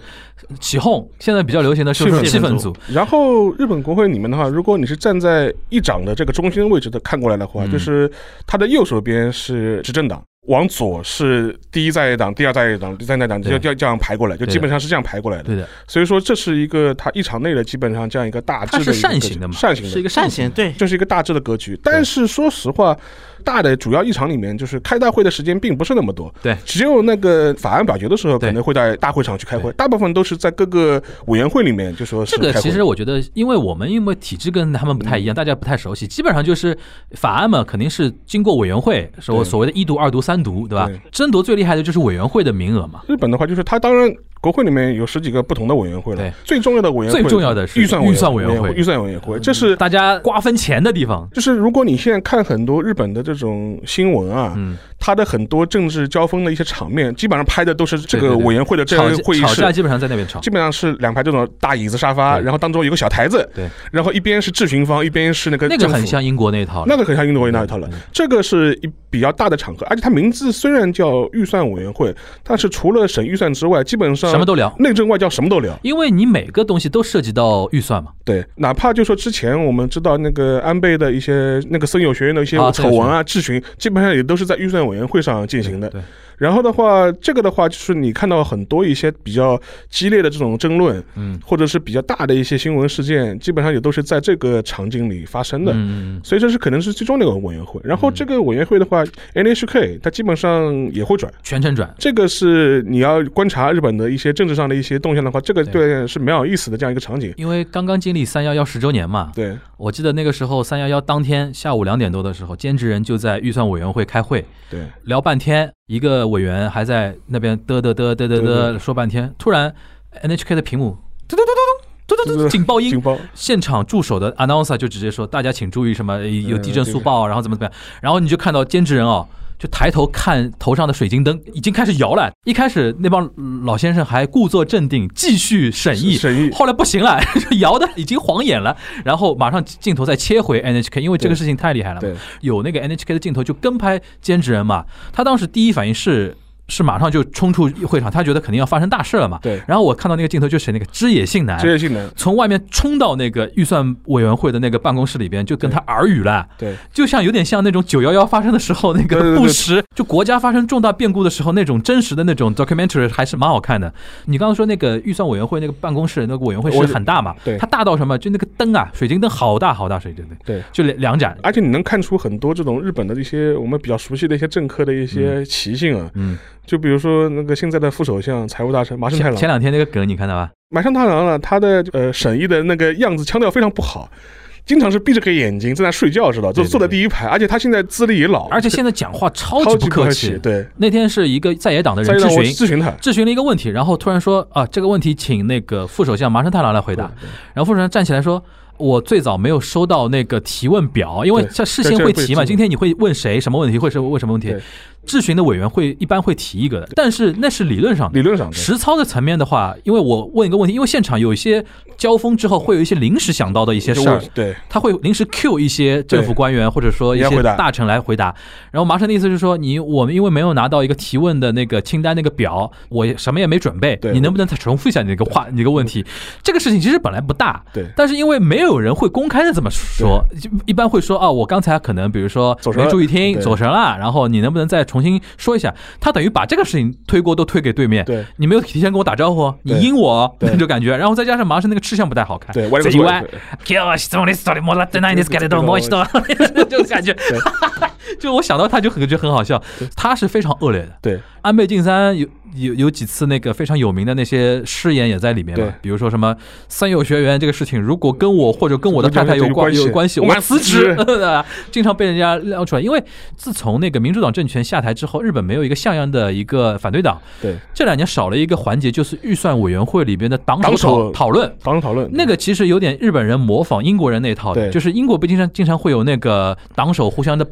起哄，现在比较流行的就是气氛组。 然后日本国会里面的话，如果你是站在议长的这个中心位置的看过来的话，嗯、就是他的右手边是执政党。往左是第一在野党、第二在野党、第三在野党，就这样排过来，就基本上是这样排过来的。 对的， 所以说这是一个他一场内的基本上这样一个大致的一个，它是扇形的嘛， 扇形的， 是一个扇形，对， 这是一个大致的格局。但是说实话，大的主要议场里面，就是开大会的时间并不是那么多， 对， 只有那个法案表决的时候可能会在大会场去开会，大部分都是在各个委员会里面，就说是这个其实我觉得，因为我们因为体制跟他们不太一样，嗯、大家不太熟悉，基本上就是法案嘛，肯定是经过委员会，所所谓的一读、二读、三读，对吧？对，争夺最厉害的就是委员会的名额嘛。 日本的话，就是他当然国会里面有十几个不同的委员会了，最重要的委员会， 最重要的是预算预算委员会， 预算委员会，这是大家瓜分钱的地方。 就是如果你现在看很多日本的这种新闻啊，嗯，它的很多政治交锋的一些场面，基本上拍的都是这个委员会的这个会议室， 吵架基本上在那边吵， 基本上是两排这种大椅子沙发，然后当中有个小台子， 对， 然后一边是质询方，一边是那个那个很像英国那一套， 那个很像英国那一套了。这个是一比较大的场合，而且它名字虽然叫预算委员会，但是除了审预算之外，基本上什么都聊， 内政外交什么都聊， 因为你每个东西都涉及到预算嘛。 对，哪怕就说之前我们知道那个安倍的一些那个森友学院的一些丑闻啊、质询，基本上也都是在预算委员会上进行的。 对。 然后的话，这个的话就是你看到很多一些比较激烈的这种争论，嗯，或者是比较大的一些新闻事件，基本上也都是在这个场景里发生的。嗯，所以这是可能是最终的一个委员会。然后这个委员会的话 ，N H K 它基本上也会转， 全程转。 这个是你要观察日本的一些政治上的一些动向的话，这个对是蛮有意思的这样一个场景。 因为刚刚经历三一一十周年嘛， 对， 我记得那个时候三一一当天下午两点多的时候，监制人就在预算委员会开会， 对， 聊半天。一个委员还在那边嘚嘚嘚嘚嘚嘚说半天，突然 N H K 的屏幕嘟嘟嘟嘟嘟嘟嘟警报音，现场驻守的 announcer 就直接说大家请注意什么有地震速报，然后怎么怎么样，然后你就看到监制人哦。就抬头看头上的水晶灯已经开始摇了，一开始那帮老先生还故作镇定继续审议，审议后来不行了，摇的已经晃眼了，然后马上镜头再切回 N H K， 因为这个事情太厉害了嘛，有那个 N H K 的镜头就跟拍监制人嘛，他当时第一反应是是马上就冲出会场，他觉得肯定要发生大事了嘛。 对。 然后我看到那个镜头就是那个枝野幸男， 枝野幸男从外面冲到那个预算委员会的那个办公室里边，就跟他耳语了。 对。 就像有点像那种九一一发生的时候那个布什，就国家发生重大变故的时候那种真实的那种 documentary 还是蛮好看的。你刚刚说那个预算委员会那个办公室那个委员会室很大嘛？ 对。 它大到什么？就那个灯啊，水晶灯好大好大，水晶灯。 对。 就两盏， 而且你能看出很多这种日本的一些我们比较熟悉的一些政客的一些习性啊。嗯。就比如说那个现在的副首相、财务大臣麻生太郎， 前两天那个梗你看到吧？ 麻生太郎呢，他的呃审议的那个样子腔调非常不好，经常是闭着个眼睛在那睡觉，知道？就坐在第一排，而且他现在资历也老， 而且现在讲话超级不客气。 对， 那天是一个在野党的人质询， 质询他， 质询了一个问题，然后突然说啊，这个问题请那个副首相麻生太郎来回答。然后副首相站起来说。我最早没有收到那个提问表，因为这事先会提嘛，今天你会问谁什么问题，会是问什么问题？质询的委员会一般会提一个的，但是那是理论上， 理论上实操的层面的话，因为我问一个问题，因为现场有一些交锋之后，会有一些临时想到的一些事儿， 对， 他会临时 Q 一些政府官员或者说一些大臣来回答。然后麻生的意思是说，你我们因为没有拿到一个提问的那个清单那个表，我什么也没准备，你能不能再重复一下你那个话，你这个问题？这个事情其实本来不大， 对， 但是因为没有人会公开的这么说，一般会说啊，我刚才可能比如说没注意听，走神了，然后你能不能再重新说一下？他等于把这个事情推锅都推给对面， 对， 你没有提前跟我打招呼，你阴我那种感觉，然后再加上麻生那个吃相不太好看， 对， 嘴一歪，今日は質問リストにもらってないんですけれどもう一度，就感觉，就我想到他就很就很好笑，他是非常恶劣的， 对， 安倍晋三有有有几次那个非常有名的那些誓言也在里面嘛，比如说什么三友学员这个事情，如果跟我或者跟我的太太有关有关系，我辞职，经常被人家撩出来，因为自从那个民主党政权下台之后，日本没有一个像样的一个反对党， 对， 这两年少了一个环节，就是预算委员会里边的党首讨论， 党首讨论， 那个其实有点日本人模仿英国人那套的，就是英国不经常经常会有那个党首互相的辩论啊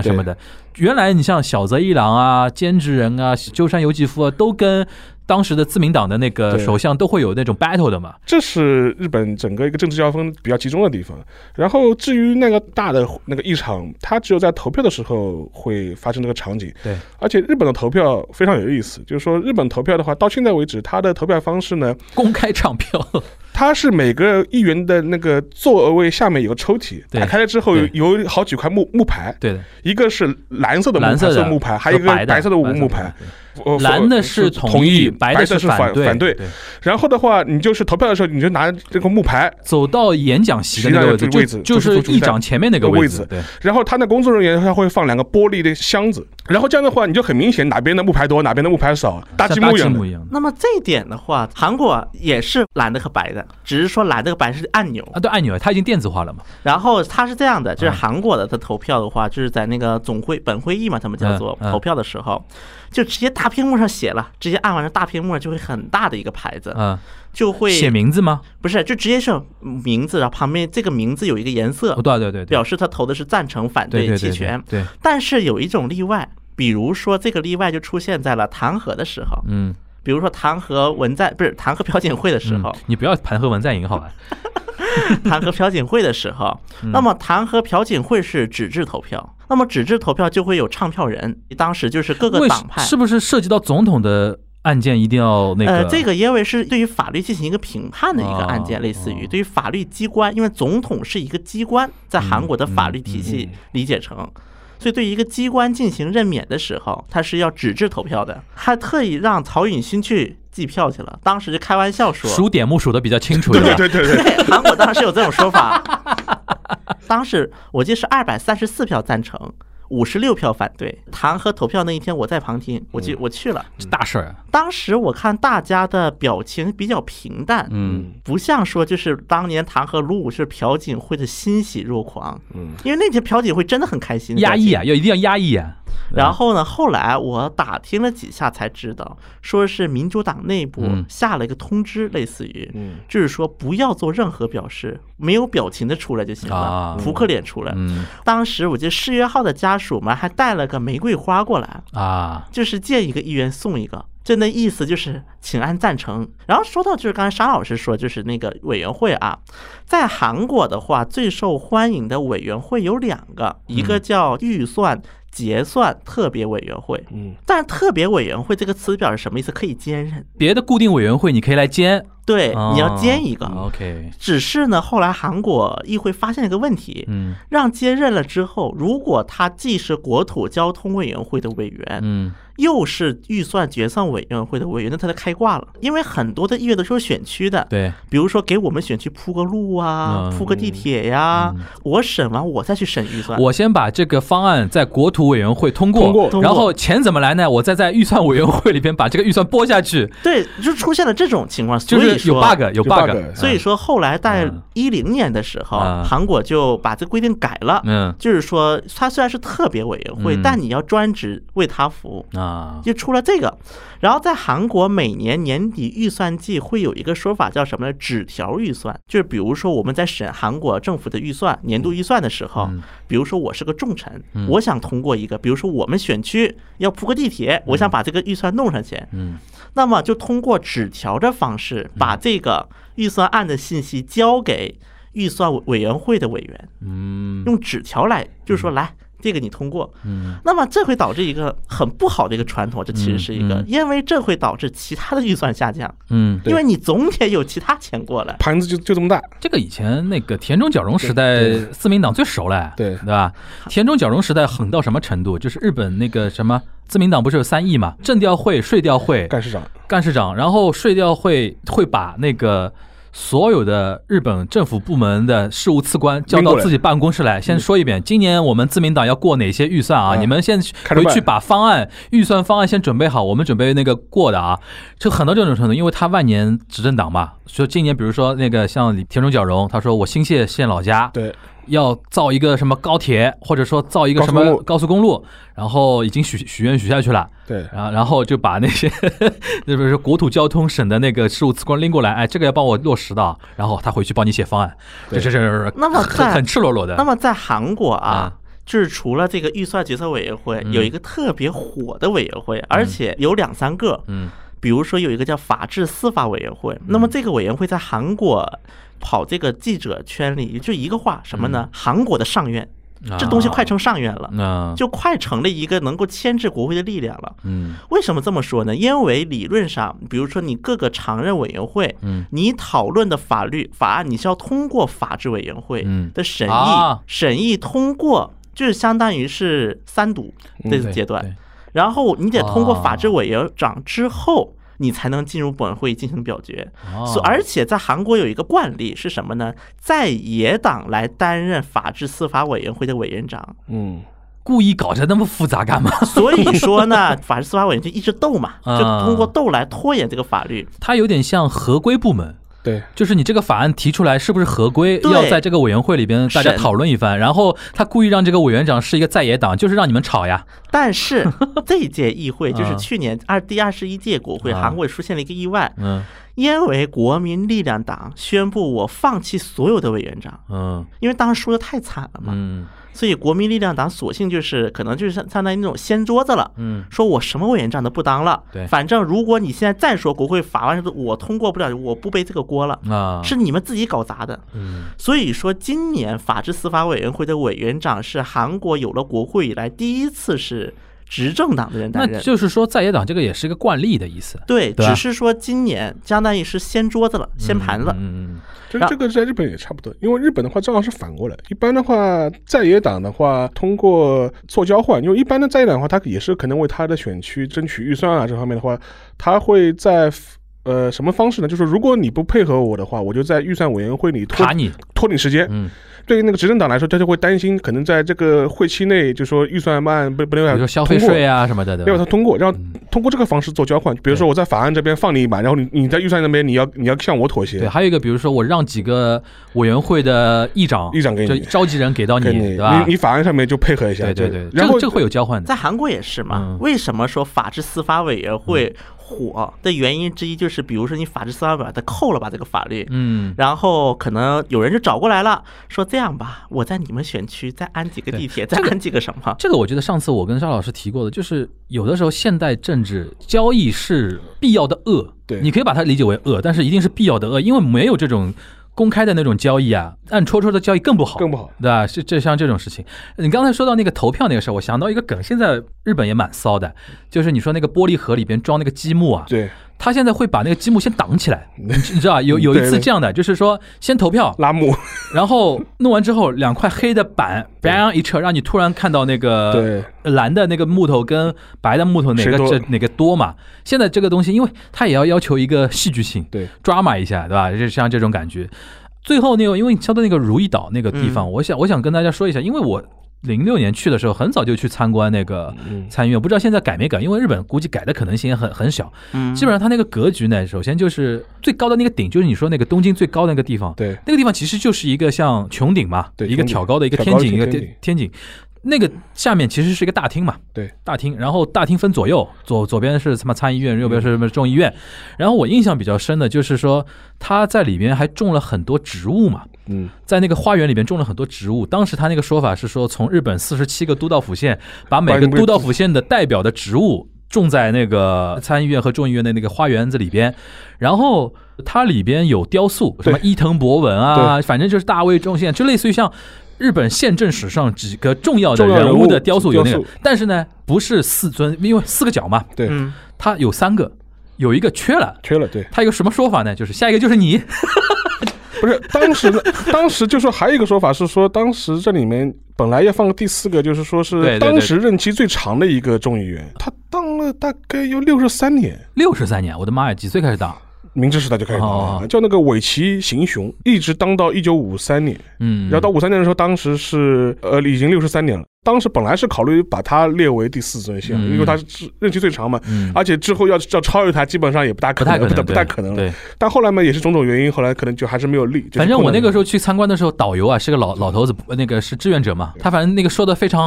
什么的。原来你像小泽一郎啊、菅直人啊、鸠山由纪夫啊，都跟当时的自民党的那个首相都会有那种 battle 的嘛。 这是日本整个一个政治交锋比较集中的地方。然后至于那个大的那个议场，它只有在投票的时候会发生这个场景。 对， 而且日本的投票非常有意思，就是说日本投票的话，到现在为止，它的投票方式呢， 公开唱票。 它是每个议员的那个座位下面有个抽屉，打开了之后有好几块木木牌， 对的， 一个是蓝色的木牌， 蓝色的木牌，还有一个白色的木牌。 蓝的是同意，白的是反对。 反对。然后的话，你就是投票的时候，你就拿这个木牌走到演讲席的那个位置，就就是议长前面那个位置。 对。然后他那工作人员他会放两个玻璃的箱子，然后这样的话，你就很明显哪边的木牌多，哪边的木牌少，大积木一样的。 那么这一点的话，韩国也是蓝的和白的，只是说蓝的和白是按钮啊，对，按钮，它已经电子化了嘛。 然后它是这样的，就是韩国的他投票的话，就是在那个总会本会议嘛，他们叫做投票的时候。就直接大屏幕上写了，直接按完了大屏幕上就会很大的一个牌子，嗯，就会写名字吗？ 不是，就直接是名字，然后旁边这个名字有一个颜色， 哦、对对 对, 对， 表示他投的是赞成、反对、弃权。 对， 但是有一种例外，比如说这个例外就出现在了弹劾的时候，嗯，比如说弹劾文在不是弹劾朴槿惠的时候， 嗯、你不要弹劾文在寅好吧？ 弹劾朴槿惠的时候，那么弹劾朴槿惠是纸质投票，那么纸质投票就会有唱票人，当时就是各个党派， 是不是涉及到总统的案件一定要那个？ 呃，这个因为是对于法律进行一个评判的一个案件，类似于对于法律机关，因为总统是一个机关，在韩国的法律体系理解成。所以对于一个机关进行任免的时候，他是要纸质投票的，还特意让曹允勋去计票去了。当时就开玩笑说， 数点目数的比较清楚。 对对对对对， 韩国当时有这种说法。当时我记得是二百三十四票赞成，五十六票反对。弹劾投票那一天，我在旁听，我去我去了， 这大事儿。 当时我看大家的表情比较平淡，嗯，不像说就是当年弹劾卢武铉、朴槿惠的欣喜若狂，嗯，因为那天朴槿惠真的很开心， 压抑啊，要一定要压抑啊。 然后呢，后来我打听了几下才知道，说是民主党内部下了一个通知，类似于，就是说不要做任何表示，没有表情的出来就行了，扑克脸出来。当时我记得世越号的家属们还带了个玫瑰花过来啊，就是见一个议员送一个。真的意思就是请按赞成。然后说到就是刚才沙老师说，就是那个委员会啊，在韩国的话，最受欢迎的委员会有两个，一个叫预算结算特别委员会，嗯，但是特别委员会这个词表示什么意思？可以兼任别的固定委员会，你可以来兼。 对，你要兼一个。 OK， 只是呢，后来韩国议会发现了一个问题，嗯，让兼任了之后，如果他既是国土交通委员会的委员，嗯，又是预算决算委员会的委员，那他就开挂了。因为很多的议员都是有选区的， 对， 比如说给我们选区铺个路啊，铺个地铁呀，我审完我再去审预算。 我先把这个方案在国土委员会通过，然后钱怎么来呢？我再在预算委员会里边把这个预算拨下去。 对，就出现了这种情况， 就是有 bug， 有 bug。 所以说后来在一零年的时候，韩国就把这规定改了，嗯，就是说它虽然是特别委员会，但你要专职为他服务啊，就出了这个。然后在韩国每年年底预算季会有一个说法叫什么呢？纸条预算，就是比如说我们在审韩国政府的预算年度预算的时候，比如说我是个重臣，我想通过一个，比如说我们选区要铺个地铁，我想把这个预算弄上去，嗯，那么就通过纸条的方式把这个预算案的信息交给预算委员会的委员，嗯，用纸条来，就是说来。这个你通过，嗯，那么这会导致一个很不好的一个传统，这其实是一个，因为这会导致其他的预算下降，嗯，因为你总得有其他钱过来， 盘子就就这么大。 这个以前那个田中角荣时代，自民党最熟了，对对吧？田中角荣时代狠到什么程度？就是日本那个什么自民党不是有三议嘛，政调会、税调会、 干事长、 干事长，然后税调会会把那个。所有的日本政府部门的事务次官叫到自己办公室来，先说一遍，今年我们自民党要过哪些预算啊？你们先回去把方案、预算方案先准备好，我们准备那个过的啊。就很到这种程度，因为他万年执政党嘛，说今年比如说那个像田中角荣，他说我新泻县老家，对。要造一个什么高铁，或者说造一个什么高速公路，然后已经许许愿许下去了，对，然后然后就把那些，就比如说国土交通省的那个事务次官拎过来，哎，这个要帮我落实的，然后他回去帮你写方案，这这这， 那么在很赤裸裸的。 那么在韩国啊。 就是除了这个预算决策委员会， 嗯有一个特别火的委员会，而且有两三个。 嗯， 比如说有一个叫法治司法委员会，那么这个委员会在韩国跑这个记者圈里就一个话什么呢？韩国的上院。这东西快成上院了， 啊、 就快成了一个能够牵制国会的力量了。 嗯， 为什么这么说呢？因为理论上，比如说你各个常任委员会， 嗯， 你讨论的法律法案，你是要通过法制委员会的审议， 嗯啊、 审议通过，就是相当于是三读这个阶段，然后你得通过法制委员长之后。你才能进入本会进行表决，所、哦、而且在韩国有一个惯例是什么呢？在野党来担任法治司法委员会的委员长， 嗯， 故意搞成那么复杂干嘛？ 所以说呢，法治司法委员就一直斗嘛，就通过斗来拖延这个法律。 它有点像合规部门。 对， 就是你这个法案提出来是不是合规，要在这个委员会里边大家讨论一番，然后他故意让这个委员长是一个在野党，就是让你们吵呀。 但是这一届议会就是去年二第二十一届国会，韩国也出现了一个意外， 嗯， 因为国民力量党宣布我放弃所有的委员长， 嗯， 因为当时输得太惨了嘛， 嗯。 所以国民力量党索性就是可能就是相当于那种掀桌子了，嗯，说我什么委员长都不当了， 对， 反正如果你现在再说国会法案我通过不了，我不背这个锅了啊， 是你们自己搞砸的， 嗯， 所以说今年法治司法委员会的委员长是韩国有了国会以来第一次是执政党的人担任， 那就是说在野党这个也是个惯例的意思， 对，只是说今年相当于是掀桌子了，掀盘了， 嗯。 其实这个在日本也差不多，因为日本的话正好是反过来。一般的话，在野党的话通过做交换，因为一般的在野党的话，他也是可能为他的选区争取预算啊，这方面的话，他会在呃什么方式呢？就是如果你不配合我的话，我就在预算委员会里拖卡你拖你时间。嗯。对于那个执政党来说，他就会担心，可能在这个会期内，就说预算案不不能， 比如说消费税啊什么的， 要他通过，然后通过这个方式做交换。比如说我在法案这边放你一马，然后你你在预算那边你要你要向我妥协。 对，还有一个，比如说我让几个委员会的议长， 议长给你， 就召集人给到你， 你对吧？ 你你法案上面就配合一下。 对对对， 然后这个这个会有交换的， 在韩国也是嘛。嗯、为什么说法治司法委员会火的原因之一就是，比如说你法治司法委员会扣了吧这个法律， 嗯， 然后可能有人就找过来了，说这样吧，我在你们选区再安几个地铁，再安几个什么？ 这个我觉得上次我跟沙老师提过的，就是有的时候现代政治交易是必要的恶， 对， 你可以把它理解为恶，但是一定是必要的恶，因为没有这种公开的那种交易啊，暗戳戳的交易更不好， 更不好， 对吧？是这像这种事情。你刚才说到那个投票那个事儿，我想到一个梗，现在日本也蛮骚的，就是你说那个玻璃盒里边装那个积木啊， 对。 他现在会把那个积木先挡起来，你知道有有一次这样的，就是说先投票拉幕， 然后弄完之后两块黑的板，bang 一撤，让你突然看到那个蓝的那个木头跟白的木头哪个这哪个多嘛。现在这个东西，因为它也要要求一个戏剧性， 对， 抓马一下，对吧？就像这种感觉。最后那个，因为说到那个如意岛那个地方，我想我想跟大家说一下，因为我。零六年去的时候，很早就去参观那个参议院，不知道现在改没改，因为日本估计改的可能性也很很小。嗯，基本上它那个格局呢，首先就是最高的那个顶，就是你说那个东京最高的那个地方， 对， 那个地方其实就是一个像穹顶嘛， 对， 一个挑高的一个天井，一个天井。那个下面其实是一个大厅嘛， 对， 大厅，然后大厅分左右，左左边是什么参议院，右边是什么众议院。然后我印象比较深的就是说，他在里面还种了很多植物嘛， 嗯， 在那个花园里边种了很多植物。当时他那个说法是说，从日本四十七个都道府县，把每个都道府县的代表的植物种在那个参议院和众议院的那个花园子里边，然后它里边有雕塑，什么伊藤博文啊，反正就是大卫仲宪，就类似于像。日本宪政史上几个重要的人物的雕塑有那个，但是呢，不是四尊，因为四个角嘛， 对， 它有三个，有一个缺了， 缺了，对， 它有个什么说法呢？就是下一个就是你， 不是当时当时就说还有一个说法是说，当时这里面本来要放个第四个，就是说是当时任期最长的一个众议员，他当了大概有六十三年， 六十三年，我的妈呀，几岁开始当？ 明治时代就开始当了，哦、叫那个尾崎行雄，一直当到一九五三年。嗯，然后到五三年的时候，当时是呃已经六十三年了。当时本来是考虑把他列为第四尊宪，嗯、因为他是任期最长嘛，嗯、而且之后要要超越他，基本上也不大可能， 不太可能， 不太可能了。 对， 但后来嘛，也是种种原因，后来可能就还是没有立。 反正我那个时候去参观的时候，导游啊是个老老头子，那个是志愿者嘛，他反正那个说的非常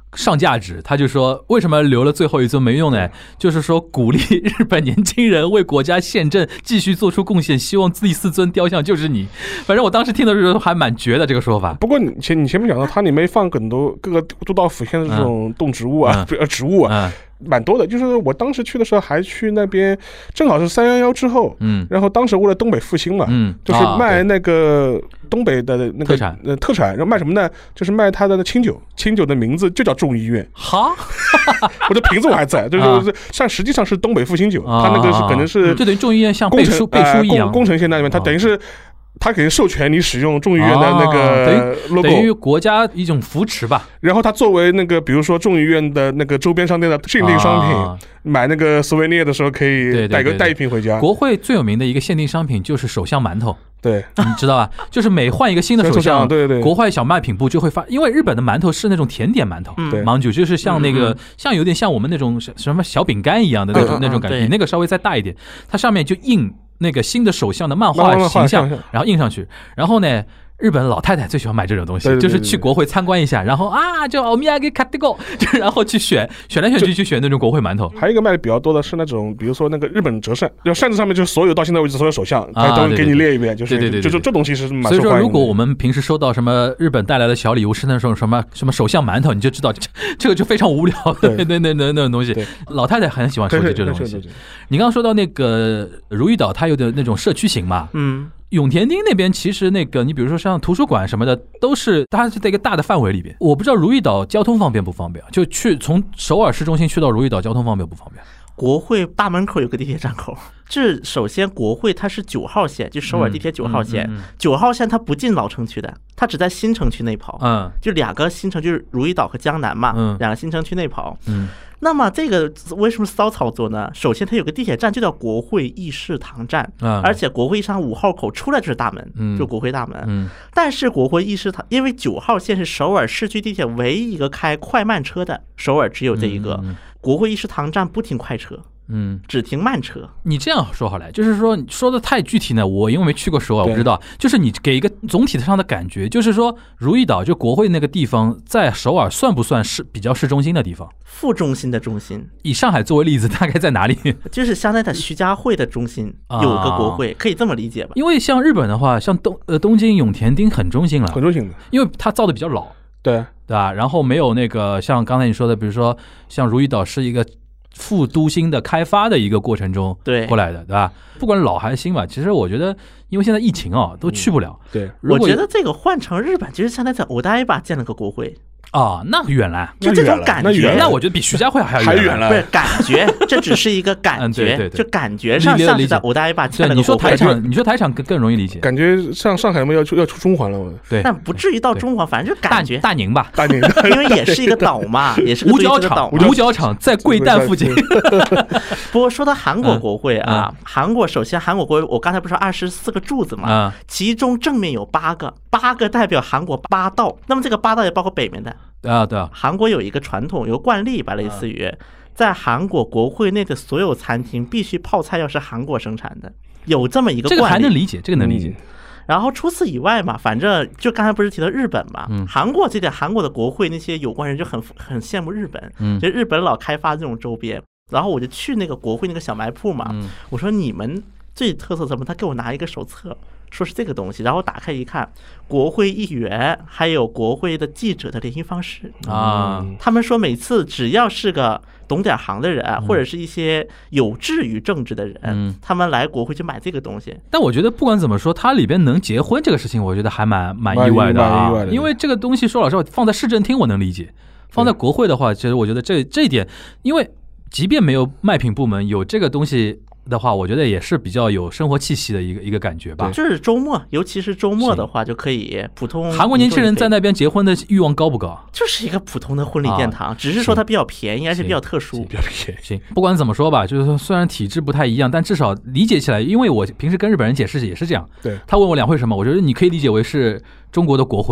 上价值，他就说为什么留了最后一尊没用呢？就是说鼓励日本年轻人为国家宪政继续做出贡献，希望第四尊雕像就是你。反正我当时听的时候还蛮绝的这个说法。 不过你前你前面讲到，它里面放很多各个都道府县的这种动植物啊，呃、嗯、植物啊。嗯蛮多的，就是我当时去的时候还去那边，正好是三幺幺之后，嗯，然后当时为了东北复兴嘛，嗯，就是卖那个东北的那个特产， 呃，特产，然后卖什么呢？就是卖它的清酒，清酒的名字就叫众议院， 哈， 我的瓶子我还在，就是像实际上是东北复兴酒，它那个是可能是就等于众议院像背书背书一样， 工程线那里面，它等于是。他肯定授权你使用众议院的那个 logo，、哦、 等于国家一种扶持吧。 然后他作为那个，比如说众议院的那个周边商店的限定商品，啊、买那个斯维涅的时候可以带个带一瓶回家。 国会最有名的一个限定商品就是首相馒头， 对， 你知道吧？就是每换一个新的首相， 对对， 国会小卖品部就会发，因为日本的馒头是那种甜点馒头， 对、嗯， 芒酒就是像那个、嗯、像有点像我们那种什么小饼干一样的那种、嗯、那种感觉，比那个稍微再大一点，它上面就印。那个新的首相的漫画形象，然后印上去，然后呢，日本老太太最喜欢买这种东西， 对对对对， 就是去国会参观一下，然后啊，就欧米亚给卡蒂狗，就然后去选，选来选去去选那种国会馒头。 还有一个卖的比较多的是那种，比如说那个日本折扇，就扇子上面就是所有到现在为止所有首相，他都给你列一遍，就是对对对， 就是这东西是蛮受欢迎的。 所以说，如果我们平时收到什么日本带来的小礼物是那种什么什么首相馒头，你就知道这这个就非常无聊的那那那那那种东西。老太太很喜欢收集这种东西。你刚刚说到那个如意岛，它有的那种社区型嘛， 嗯。 永田町那边其实那个，你比如说像图书馆什么的，都是它是在一个大的范围里边。我不知道如意岛交通方便不方便，就去从首尔市中心去到如意岛交通方便不方便？ 国会大门口有个地铁站口，这首先国会它是九号线，就首尔地铁九号线，九、嗯嗯嗯、号线它不进老城区的，它只在新城区内跑，嗯，就两个新城就是如意岛和江南嘛，嗯，两个新城区内跑，嗯。那么这个为什么骚操作呢？首先它有个地铁站就叫国会议事堂站，嗯、而且国会议事堂五号口出来就是大门，嗯、就国会大门。嗯、但是国会议事堂，因为九号线是首尔市区地铁唯一一个开快慢车的，首尔只有这一个。嗯、国会议事堂站不停快车。嗯，只停慢车。 你这样说好了，就是说你说的太具体呢，我因为没去过首尔，我不知道。就是你给一个总体上的感觉，就是说如意岛就国会那个地方，在首尔算不算是比较市中心的地方？ 副中心的中心。 以上海作为例子，大概在哪里？ 就是相当于徐家汇的中心有个国会，啊、可以这么理解吧？ 因为像日本的话，像东呃东京永田町很中心了， 很中心的， 因为它造的比较老， 对对吧？然后没有那个像刚才你说的，比如说像如意岛是一个。副都心的开发的一个过程中过来的， 对, 对吧？不管老还是新吧，其实我觉得，因为现在疫情啊，都去不了。 嗯、对， 我觉得这个换成日本，其实相当于在欧大一把建了个国会。 啊，那远了， 就这种感觉， 那我觉得比徐家汇还要远了。 不是感觉，这只是一个感觉， 嗯、对对对， 就感觉上像是在欧大一把建了个国会。你说台场，你说台场更更容易理解， 感觉像上海嘛要出要出中环了， 对， 但不至于到中环，反正就感觉大宁吧， 大宁， 因为也是一个岛嘛，也是五角场，五角场在贵旦附近。 不过说到韩国国会啊，韩国首先韩国国会，我刚才不是说二十四个柱子嘛，其中正面有八个，八个代表韩国八道，那么这个八道也包括北面的。 对啊，对啊， 韩国有一个传统，有个惯例吧，类似于在韩国国会内的所有餐厅必须泡菜要是韩国生产的，有这么一个惯例。 这个还能理解，这个能理解。 嗯、然后除此以外嘛，反正就刚才不是提到日本嘛，嗯、韩国这点，韩国的国会那些有关人就很很羡慕日本，嗯，就日本老开发这种周边。然后我就去那个国会那个小卖铺嘛，嗯、我说你们最特色什么？他给我拿一个手册。说是这个东西，然后打开一看，国会议员还有国会的记者的联系方式啊。他们说每次只要是个懂点行的人，或者是一些有志于政治的人，嗯、他们来国会就买这个东西。 但我觉得不管怎么说，它里边能结婚这个事情，我觉得还蛮蛮意外的啊。因为这个东西说老实话，放在市政厅我能理解，放在国会的话，其实我觉得这这一点，因为即便没有卖品部门，有这个东西的话，我觉得也是比较有生活气息的一个一个感觉吧。 就是周末，尤其是周末的话，就可以普通韩国年轻人在那边结婚的欲望高不高？ 就是一个普通的婚礼殿堂，啊、只是说它比较便宜，而且比较特殊。 比较便宜。 行，不管怎么说吧，就是说虽然体制不太一样，但至少理解起来，因为我平时跟日本人解释也是这样。 对， 他问我两会什么，我觉得你可以理解为是中国的国会。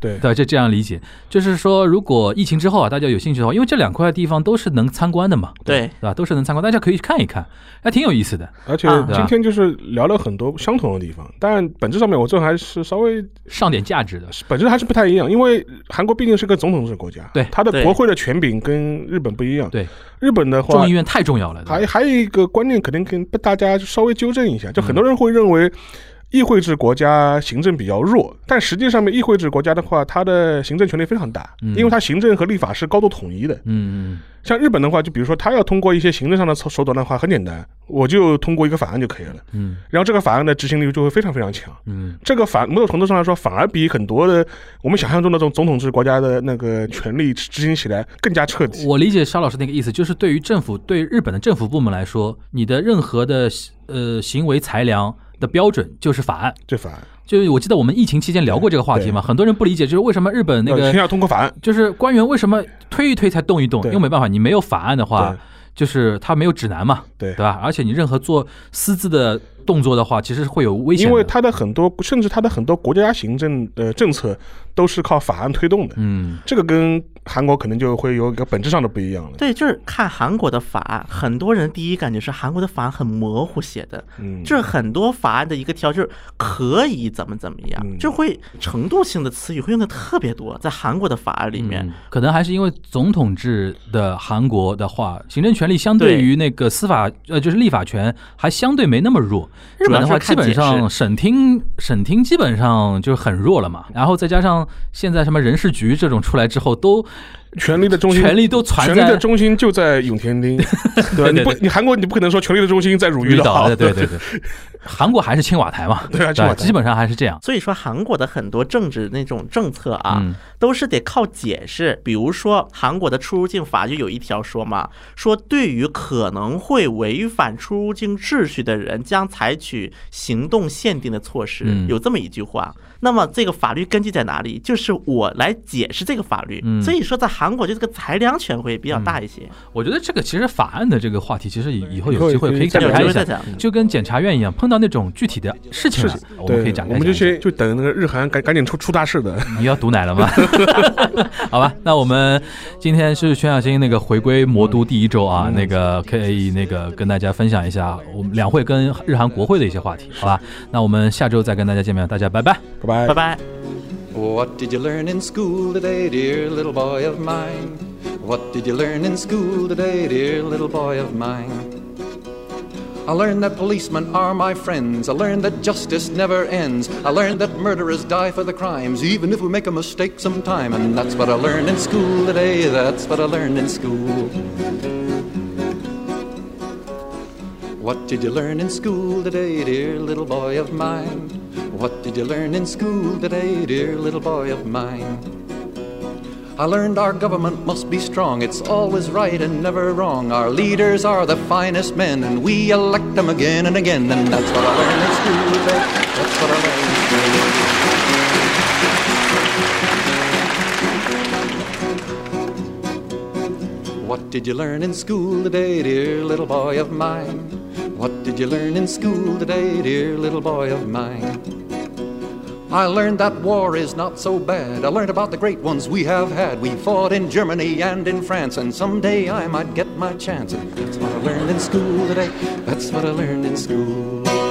对对，就这样理解，就是说，如果疫情之后啊，大家有兴趣的话，因为这两块地方都是能参观的嘛， 对对吧？都是能参观，大家可以看一看，还挺有意思的。 而且啊今天就是聊了很多相同的地方，但本质上面我这还是稍微上点价值的。 本质还是不太一样，因为韩国毕竟是个总统制国家， 对它的对国会的权柄跟日本不一样。 对， 日本的话众议院太重要了。 还还有一个观念，可能跟大家稍微纠正一下，就很多人会认为议会制国家行政比较弱，但实际上面议会制国家的话，它的行政权力非常大， 嗯因为它行政和立法是高度统一的。 嗯嗯像日本的话，就比如说他要通过一些行政上的手段的话，很简单，我就通过一个法案就可以了， 嗯然后这个法案的执行力就会非常非常强。 嗯这个反某种程度上来说，反而比很多的我们想象中的这种总统制国家的那个权力执行起来更加彻底。 我理解肖老师那个意思，就是对于政府，对日本的政府部门来说，你的任何的呃行为裁量的标准就是法案。 这法案就是我记得我们疫情期间聊过这个话题嘛，很多人不理解，就是为什么日本那个先要通过法案， 就是官员为什么推一推才动一动，因为没办法，你没有法案的话对， 就是他没有指南嘛， 对对吧？而且你任何做私自的动作的话，其实会有危险的， 因为它的很多，甚至它的很多国家行政的政策都是靠法案推动的。 嗯， 这个跟韩国可能就会有一个本质上的不一样了。 对，就是看韩国的法案，很多人第一感觉是韩国的法案很模糊写的， 嗯， 就是很多法案的一个条就是可以怎么怎么样， 嗯就会程度性的词语会用的特别多，在韩国的法案里面。 嗯可能还是因为总统制的韩国的话，行政权力相对于那个司法呃就是立法权还相对没那么弱。日本的话，基本上审听审听基本上就很弱了嘛，然后再加上现在什么人事局这种出来之后，都权力的中心， 权力都传在权力的中心就在永田町，对吧？你不，你韩国你不可能说权力的中心在汝矣岛， 对对对对，韩国还是青瓦台嘛， 对啊，青瓦台基本上还是这样。 所以说韩国的很多政治那种政策啊， 嗯都是得靠解释。比如说韩国的出入境法就有一条说嘛，说对于可能会违反出入境秩序的人，将采取行动限定的措施， 嗯有这么一句话。那么这个法律根据在哪里？就是我来解释这个法律。 嗯所以说在韩国就这个裁量权会比较大一些。 我觉得这个其实法案的这个话题，其实以后有机会可以展有开一下机会再讲， 就跟检察院一样，碰到那种具体的事情了，我们可以展开我们就讲一下。 先就等那个日韩赶赶紧出出大事的。 你要毒奶了吗？好吧，那我们今天是全小新那个回归魔都第一周啊， 嗯那个可以那个跟大家分享一下我们两会跟日韩国会的一些话题，好吧？那我们下周再跟大家见面，大家拜拜。 拜拜拜拜。 What did you learn in school today, dear little boy of mine? What did you learn in school today, dear little boy of mine? I learned that policemen are my friends. I learned that justice never ends. I learned that murderers die for the crimes, even if we make a mistake sometime. And that's what I learned in school today. That's what I learned in school. What did you learn in school today, dear little boy of mine? What did you learn in school today, dear little boy of mine? I learned our government must be strong. It's always right and never wrong. Our leaders are the finest men, and we elect them again and again. And that's what I learned in school today. That's what I learned in school. What did you learn in school today, dear little boy of mine? What did you learn in school today, dear little boy of mine? I learned that war is not so bad. I learned about the great ones we have had. We fought in Germany and in France, and someday I might get my chance. And that's what I learned in school today. That's what I learned in school.